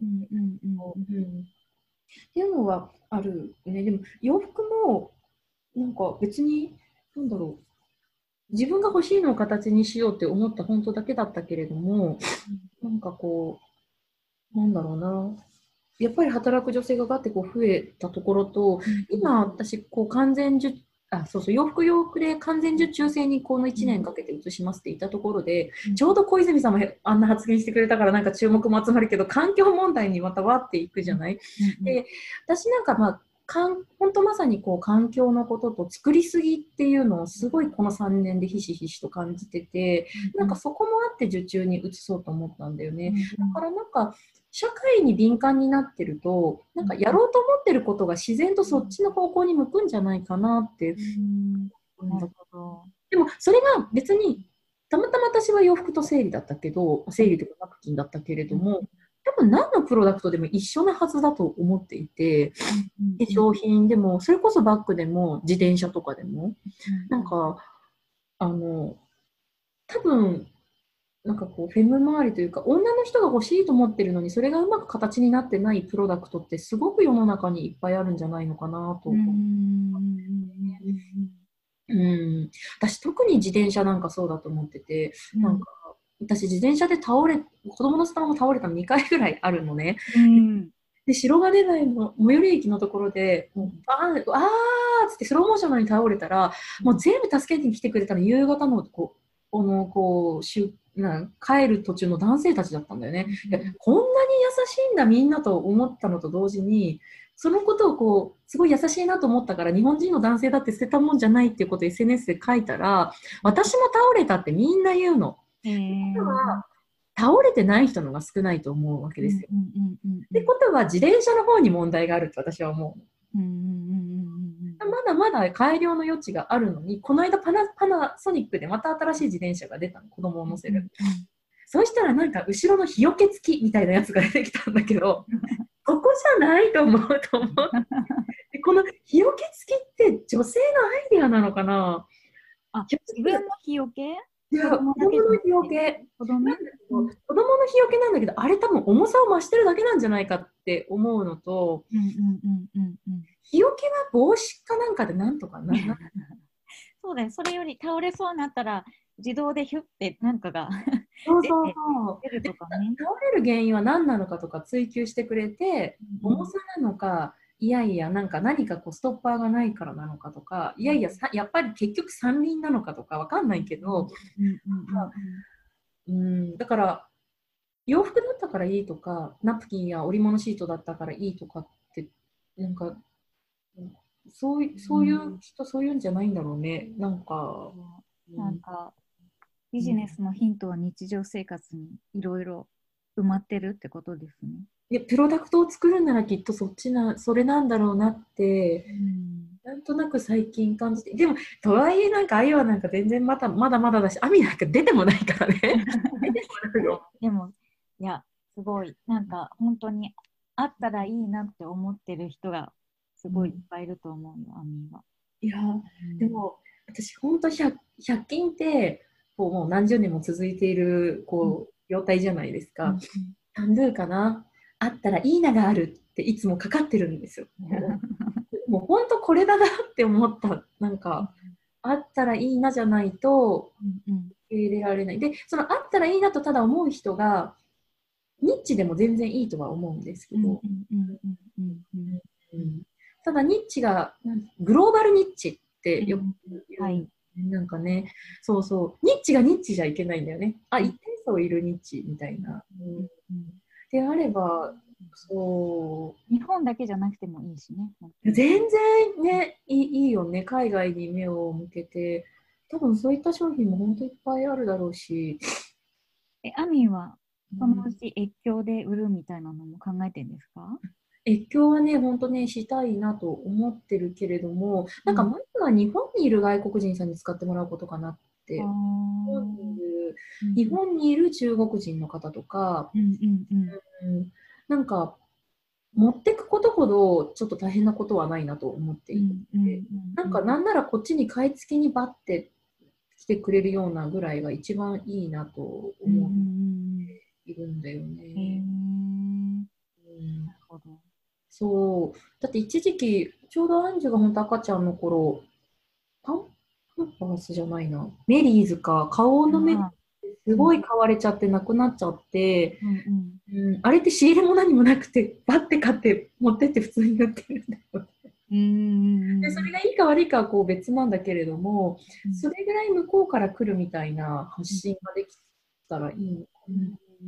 っていうのはあるね。でも洋服もなんか別になんだろう、自分が欲しいのを形にしようって思った本当だけだったけれども、なんかこうなんだろうな、やっぱり働く女性がガッてこう増えたところと、今私こう完全受そうそう、洋服で完全受注制にこの1年かけて移しますって言ったところで、ちょうど小泉さんもあんな発言してくれたからなんか注目も集まるけど、環境問題にまたわっていくじゃない。で、私なんか本当まさにこう環境のことと作りすぎっていうのをすごいこの3年でひしひしと感じてて、なんかそこもあって受注に移そうと思ったんだよね。だからなんか社会に敏感になってると、なんかやろうと思ってることが自然とそっちの方向に向くんじゃないかなって。
なるほど。
でもそれが別にたまたま私は洋服と生理だったけど、生理というかナプキンだったけれども、多分何のプロダクトでも一緒なはずだと思っていて、化粧品でもそれこそバッグでも自転車とかでも、なんか多分なんかこうフェム周りというか女の人が欲しいと思ってるのにそれがうまく形になってないプロダクトってすごく世の中にいっぱいあるんじゃないのかなと。私特に自転車なんかそうだと思ってて、なんか私自転車で子供のスタンが倒れたの2回ぐらいあるのね。で白金台の最寄り駅のところでもうバーンあーっつってスローモーションに倒れたらもう全部助けに来てくれたの夕方の帰る途中の男性たちだったんだよね。こんなに優しいんだみんなと思ったのと同時に、そのことをこうすごい優しいなと思ったから、日本人の男性だって捨てたもんじゃないっていうことを SNS で書いたら、私も倒れたってみんな言うの。倒れてない人のが少ないと思うわけですよ。ってことは自転車の方に問題があると私は思う。まだまだ改良の余地があるのに、この間パナソニックでまた新しい自転車が出たの、子供を乗せる。そうしたらなんか後ろの日よけ付きみたいなやつが出てきたんだけど、ここじゃないと思うと思う。でこの日よけ付きって女性のアイディアなのかな。
自分の日よけ？
いや、子供の日よけ。子供の日よけなんだけど、あれ多分重さを増してるだけなんじゃないかって思うのと、日よけは帽子かなんかでなんとかな。
そうだよ、それより倒れそうになったら自動でヒュッてなんかが出るとかね。
倒れる原因は何なのかとか追求してくれて、重さなのか、いやいや何かこうストッパーがないからなのかとか、いやいややっぱり結局三輪なのかとかわかんないけど、だから洋服だったからいいとか、ナプキンや織物シートだったからいいとかってなんかそういう人そういうんじゃないんだろうね。なんか
ビジネスのヒントは日常生活にいろいろ埋まってるってことですね。
プロダクトを作るならきっとそれなんだろうなって、なんとなく最近感じて、でもとはいえなんかあゆはなんか全然まだまだだし、アミなんか出てもないからね。出てもないよ。
でもいやすごいなんか本当にあったらいいなって思ってる人がすごいいっぱいいると思うよ、アミは。
いやでも私本当100均ってこうもう何十年も続いているこう業態じゃないですか。タンドゥかな、あったらいいながあるっていつもかかってるんですよ。もう本当これだなって思った。なんかあったらいいなじゃないと受け入れられない。でそのあったらいいなとただ思う人がニッチでも全然いいとは思うんですけど、ただニッチがグローバルニッチってよく言う、なんかね、そうそうニッチがニッチじゃいけないんだよね。一定層いるニッチみたいな。であればそ
日本だけじゃなくてもいいしね。
う。全然ね、いいよね。海外に目を向けて。多分そういった商品も本当いっぱいあるだろうし。
アミンはその
うん、
うち越境で売るみたいなのも考えてるんですか？
越境はね、本当ね、したいなと思ってるけれども、なんか
うん。
まずは日本にいる外国人さんに使ってもらうことかなっ
あ
て。日本にい
ー
る、
うん
日本にいる中国人の方とか、
うんうんうん
うん、なんか持ってくことほどちょっと大変なことはないなと思ってい
うんうんう
て、
んうん
なんかなんならこっちに買い付けにバッて来てくれるようなぐらいが一番いいなと
うんう
思っ
ん
ているんだよ
うん。
ね。うん、
なるほど。
そう。だって一時期、ちょうどアンジュが本当赤ちゃんの頃、パンパンパスじゃないな。メリーズか、顔のメリー
ああ、
ズす
うん
ごい買われちゃってなくなっちゃって、
うんうん
うん、あれって仕入れも何もなくて、バッて買って持ってって普通に売ってるんだよ。
うんうん
で、それ
うん
がいいか悪いかはこう別なんだけれども、
うん
それぐらい向こうから来るみたいな発信ができたらいいのか
うんうん
な。
うん。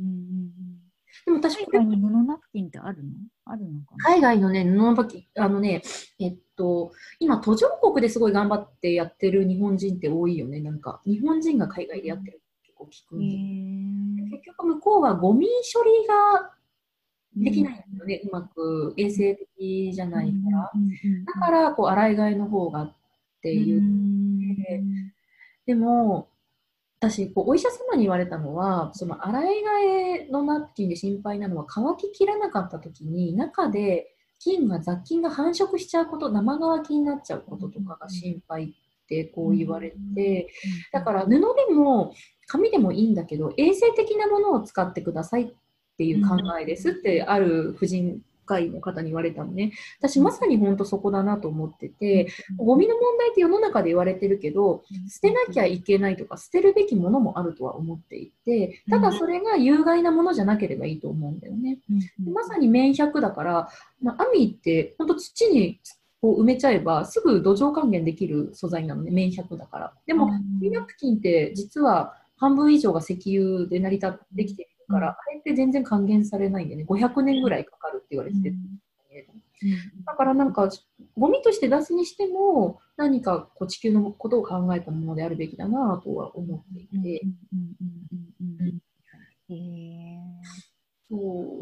でも私これ、
海外に布ナプキンってあるの？あるのかな？
海外のね、布ばき、今途上国ですごい頑張ってやってる日本人って多いよね。なんか、日本人が海外でやってるって結構聞く
へ
んで。
え。
結局向こうはゴミ処理ができ
うん
ないんだよね。うまく衛生的じゃ
うんう
ないから。
んうんうん
だから、こう、洗い替えの方がって
う
いう。
ん
でも、私、こうお医者様に言われたのは、その洗い替えのナプキンで心配なのは、乾ききらなかった時に、中で雑菌が繁殖しちゃうこと、生乾きになっちゃうこととかが心配ってこ
うん
う言われて、だ
うん
から布でも紙でもいいんだけど、衛生的なものを使ってくださいっていう考えですって、ある婦人科医の方に言われたのね。私、まさに本当そこだなと思ってて、ゴミの問題って世の中で言われてるけど、捨てなきゃいけないとか、捨てるべきものもあるとは思っていて、ただそれが有害なものじゃなければいいと思うんだよね。まさに綿100だから、アミって本当土にこう埋めちゃえばすぐ土壌還元できる素材なのね、綿100だから。でも、紙ナプキンって実は半分以上が石油で成り立ってきているから、あれって全然還元されないんでね、500年ぐらいかかるって言われてて。だからなんか、ゴミとして出すにしても、何かこう地球のことを考えたものであるべきだなとは思っていて。
へえ、
そう。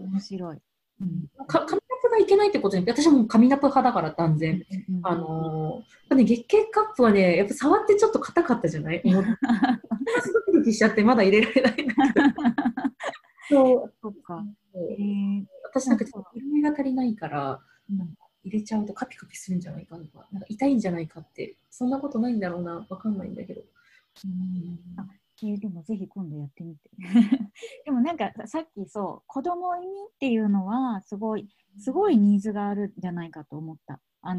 面白い。
紙ナプがいけないってことじゃなくて、私はもう紙ナプ派だから断然。月経カップはね、やっぱ触ってちょっと硬かったじゃない思って。ドキドキしちゃってまだ入れられないんだけど。そう。
そっか。
私なんかちょっと緩みが足りないから、入れちゃうとカピカピするんじゃないかとか、なんか痛いんじゃないかって、そんなことないんだろうな、わかんないんだけど。
でもぜひ今度やってみて。でもなんかさっきそう子供にっていうのはすごいニーズがあるんじゃないかと思った。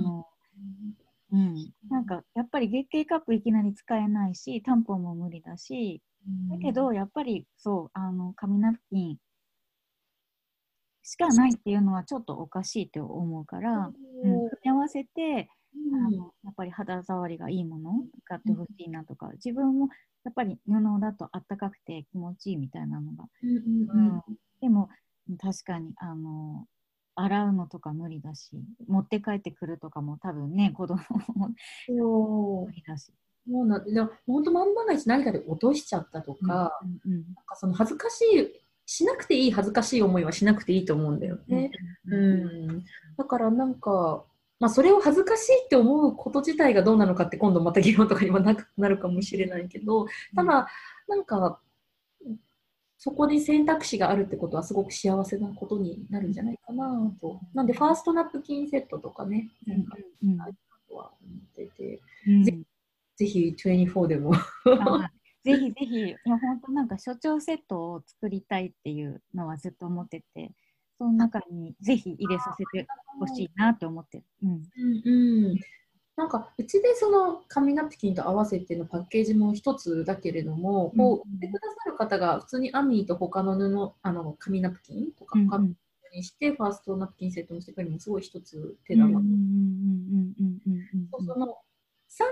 なんかやっぱり月経カップいきなり使えないしタンポンも無理だし、だけどやっぱりそう紙ナプキンしかないっていうのはちょっとおかしいと思うから、組み合わせてやっぱり肌触りがいいものを使ってほしいなとか、自分もやっぱり布だとあったかくて気持ちいいみたいなのが、でも確かに洗うのとか無理だし、持って帰ってくるとかも多分ね子供も無理だし。
そうなんで、本当万が一何かで落としちゃったとか、なんかその恥ずかしい、しなくていい恥ずかしい思いはしなくていいと思うんだよね。だからなんか、それを恥ずかしいって思うこと自体がどうなのかって今度また議論とかにもなるかもしれないけど、ただ、なんか、そこで選択肢があるってことはすごく幸せなことになるんじゃないかなと。なんで、ファーストナプキンセットとかね、なんか、あるとは思ってて、ぜひ24でも
ぜひぜひ、いや本当なんか所長セットを作りたいっていうのはずっと思ってて、その中にぜひ入れさせてほしいなと思ってる。
なんかうちでその紙ナプキンと合わせてのパッケージも一つだけれども、こう売ってくださる方が普通にアミーと他の紙ナプキンとかにしてファーストナプキンセットにしてくれるのもすごい一つ手だな。その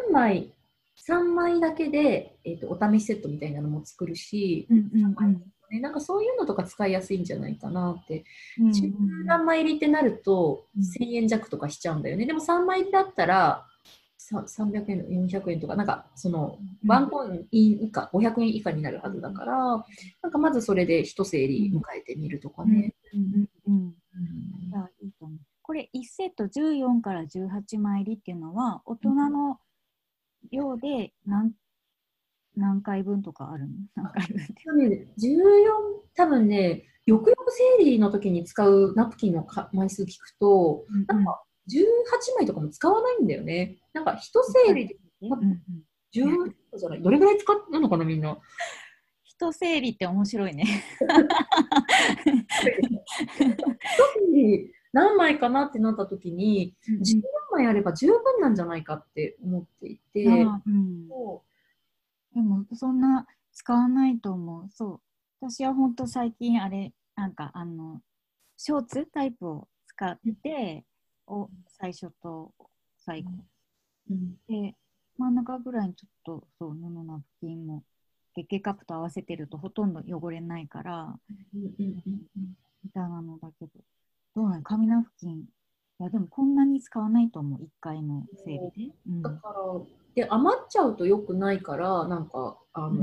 3枚だけで、お試しセットみたいなのも作るし、3枚ね、なんかそういうのとか使いやすいんじゃないかなって。
うんうん
中何枚入りってなると
うん
1000円弱とかしちゃうんだよね。でも3枚入りだったら300円、400円とか、なんかその
うん
ワンコイン以下、500円以下になるはずだから、なんかまずそれで一整理迎えてみるとか
うん
ね。
うんうんうん。
うん
いや、いいと思う。これ1セット14から18枚入りっていうのは、大人の量で何回分とかあるの？何回分って。
14、多分ね、よくよく生理の時に使うナプキンの枚数聞くと、
うんうん。
なんか18枚とかも使わないんだよね。なんか一整理で多分
うんうん。
10じゃない。どれぐらい使ってるのかな、みんな。
人整理って面白いね。
一整理何枚かなってなった時に、
うん
14枚あれば十分なんじゃないかって思ってい
うん。
て、
ああ、うん。
そ
でも、そんな使わないと思う。そう。私は本当最近あれ、なんかショーツタイプを使って、最初と最後。
う、うん、
で、真ん中ぐらいにちょっと、そう、布ナプキンも、月経カップと合わせてるとほとんど汚れないから、
うんうんうん
みたいなのだけど、どうなん紙ナプキン。いや、でもこんなに使わないと思う、1回の整理で。うん。
だから、で、余っちゃうと良くないから、なんか、
うん。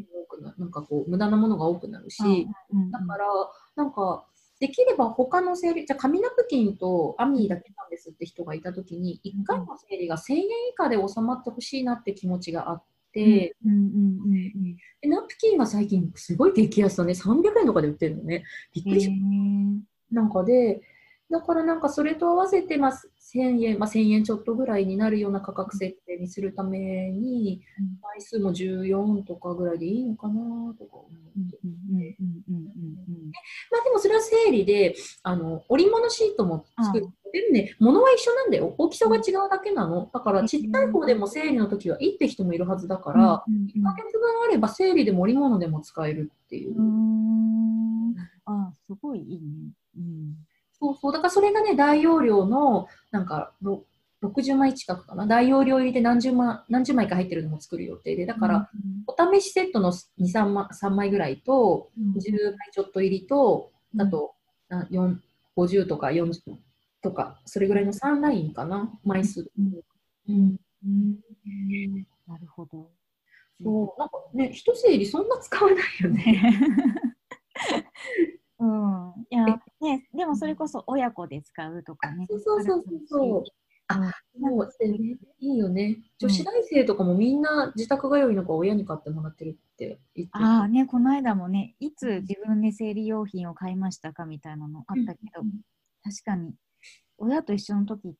なんかこう、無駄なものが多くなる
あ、
し、
うんうん。
だから、なんか、できれば他の整理、じゃあ紙ナプキンとアミーだけなんですって人がいたときに、1回の整理が1000円以下で収まってほしいなって気持ちがあっ
うんうん
て、
うんうん
でナプキンが最近すごい激安だね。300円とかで売ってるのね。びっ
うん。
くりしなんかで、だからなんかそれと合わせて、まあ、1000円、まあ、1000円ちょっとぐらいになるような価格設定にするために、
うん
枚数も14とかぐらいでいいのかなとか思って
うんうんうん
て。
うんうんうんうん。
まあでもそれは整理で、織物シートも作る。
あ、
でもね、物は一緒なんだよ。大きさ
うん。
が違うだけなの。だからちっちゃい方でも整理の時はいいって人もいるはずだか
うん
ら、1
うんうん
ヶ月分あれば整理でも織物でも使えるってい
う
う。
ん。あ、すごいいいね。うん。
そうそう。だからそれがね、大容量の、なんか、60枚近くかな。大容量入りで何十枚か入ってるのも作る予定で。だ
うん。
から、お試しセットの2、3枚ぐらいと、
うん
10枚ちょっと入りと、
うん。
あと、50とか40とか、それぐらいの3ラインかな、枚数。
うんうん
うん。
うんうん。なるほど。いい
そう、なんかね、一整理そんな使わないよね。
ね。うん。い
え、
や、ね、でもそれこそ親子で使うとかね、
そうそう
ある
そうそう
し、
そう。あ、
うん。なんか
そうでね、いいよね。女子
うん。
大生とかもみんな自宅通いの子親に買ってもらってるって言ってて。
ああね、この間もね、いつ自分で生理用品を買いましたかみたいなのあ
うん、
ったけど、確かに親と一緒の時って、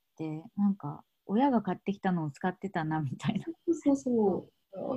なんか親が買ってきたのを使ってたなみたいな。
そうそう
そ
そう。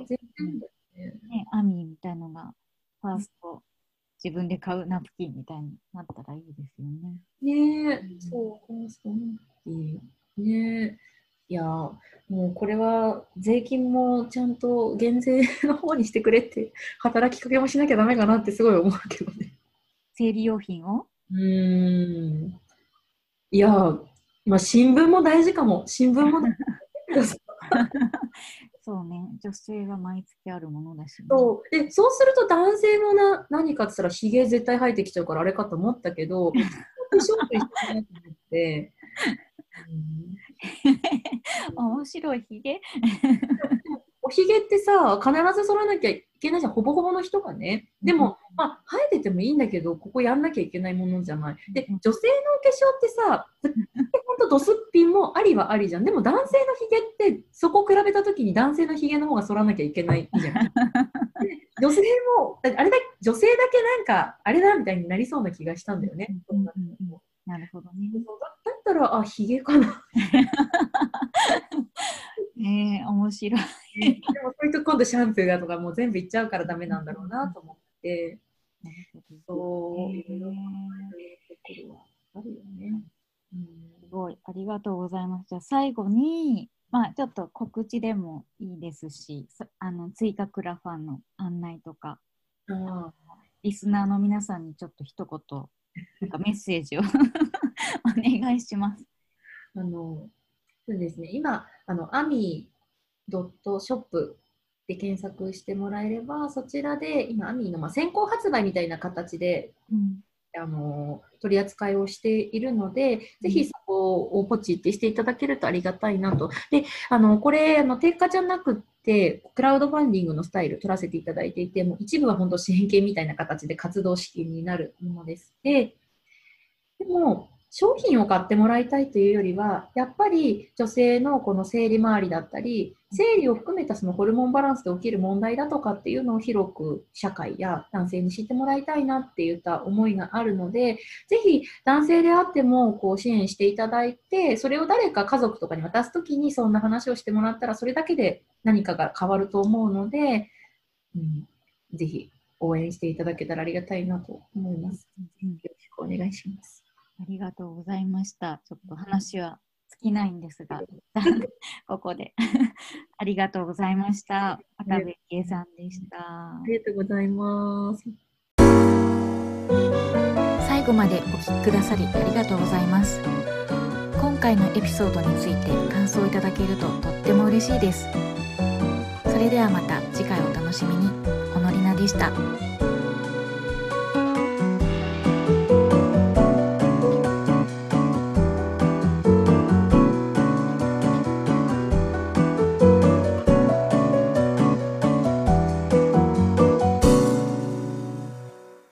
うで、
全
うん、
然だよね。
ね、アミーみたいのが、ファースト、自分で買うナプキンみたいになったらいいですよね。
ねえ、
うん、
そう、そういい。ねえ。いや、もうこれは税金もちゃんと減税の方にしてくれって働きかけもしなきゃダメかなってすごい思うけどね。
生理用品を。
うーん。いや、まあ新聞も大事かも。新聞も大事だけど
そうね、女性は毎月あるものだしね。
そう。で、そうすると男性も何かって言ったら、ヒゲ絶対生えてきちゃうからあれかと思ったけど、化粧と一緒だなと思って、うん、
面白いひげ。
おひげってさ、必ず剃らなきゃいけないじゃん、ほぼほぼの人がね。でも、まあ、生えててもいいんだけど、ここやんなきゃいけないものじゃない。で、女性のお化粧ってさ、ほんとドスッピンもありはありじゃん。でも男性のひげって、そこを比べたときに男性のひげの方が剃らなきゃいけないじゃん。女性も、あれだ、女性だけなんか、あれだみたいになりそうな気がしたんだよね。
なるほどね。
だったら、あ、ヒゲかな。
面白い。
でも、そういうと今度シャンプーがとかもう全部いっちゃうからダメなんだろうなと思って、
なるほど。
そう、いろいろ考えるところはあるよね。うん、
すごい、ありがとうございます。じゃあ最後に、まあ、ちょっと告知でもいいですし、追加クラファンの案内とか、
あ
リスナーの皆さんにちょっと一言、なんかメッセージをお願いします。
そうですね、今、アミドットショップで検索してもらえれば、そちらで今、アミーの先行発売みたいな形で、取り扱いをしているので、ぜひそこをポチってしていただけるとありがたいなと。で、これ、定価じゃなくて、クラウドファンディングのスタイル取らせていただいていて、もう一部は本当支援金みたいな形で活動資金になるものです。でも、商品を買ってもらいたいというよりは、やっぱり女性のこの生理周りだったり、生理を含めたそのホルモンバランスで起きる問題だとかっていうのを広く社会や男性に知ってもらいたいなっていった思いがあるので、ぜひ男性であってもこう支援していただいて、それを誰か家族とかに渡すときにそんな話をしてもらったら、それだけで何かが変わると思うので、ぜひ応援していただけたらありがたいなと思います。よろしくお願いします。
ありがとうございました。ちょっと話は尽きないんですが、ここでありがとうございました。渡部幸恵さんでした。
ありがとうございます。
最後までお聞きくださりありがとうございます。今回のエピソードについて感想いただけるととっても嬉しいです。それではまた次回お楽しみに。オノリナでした。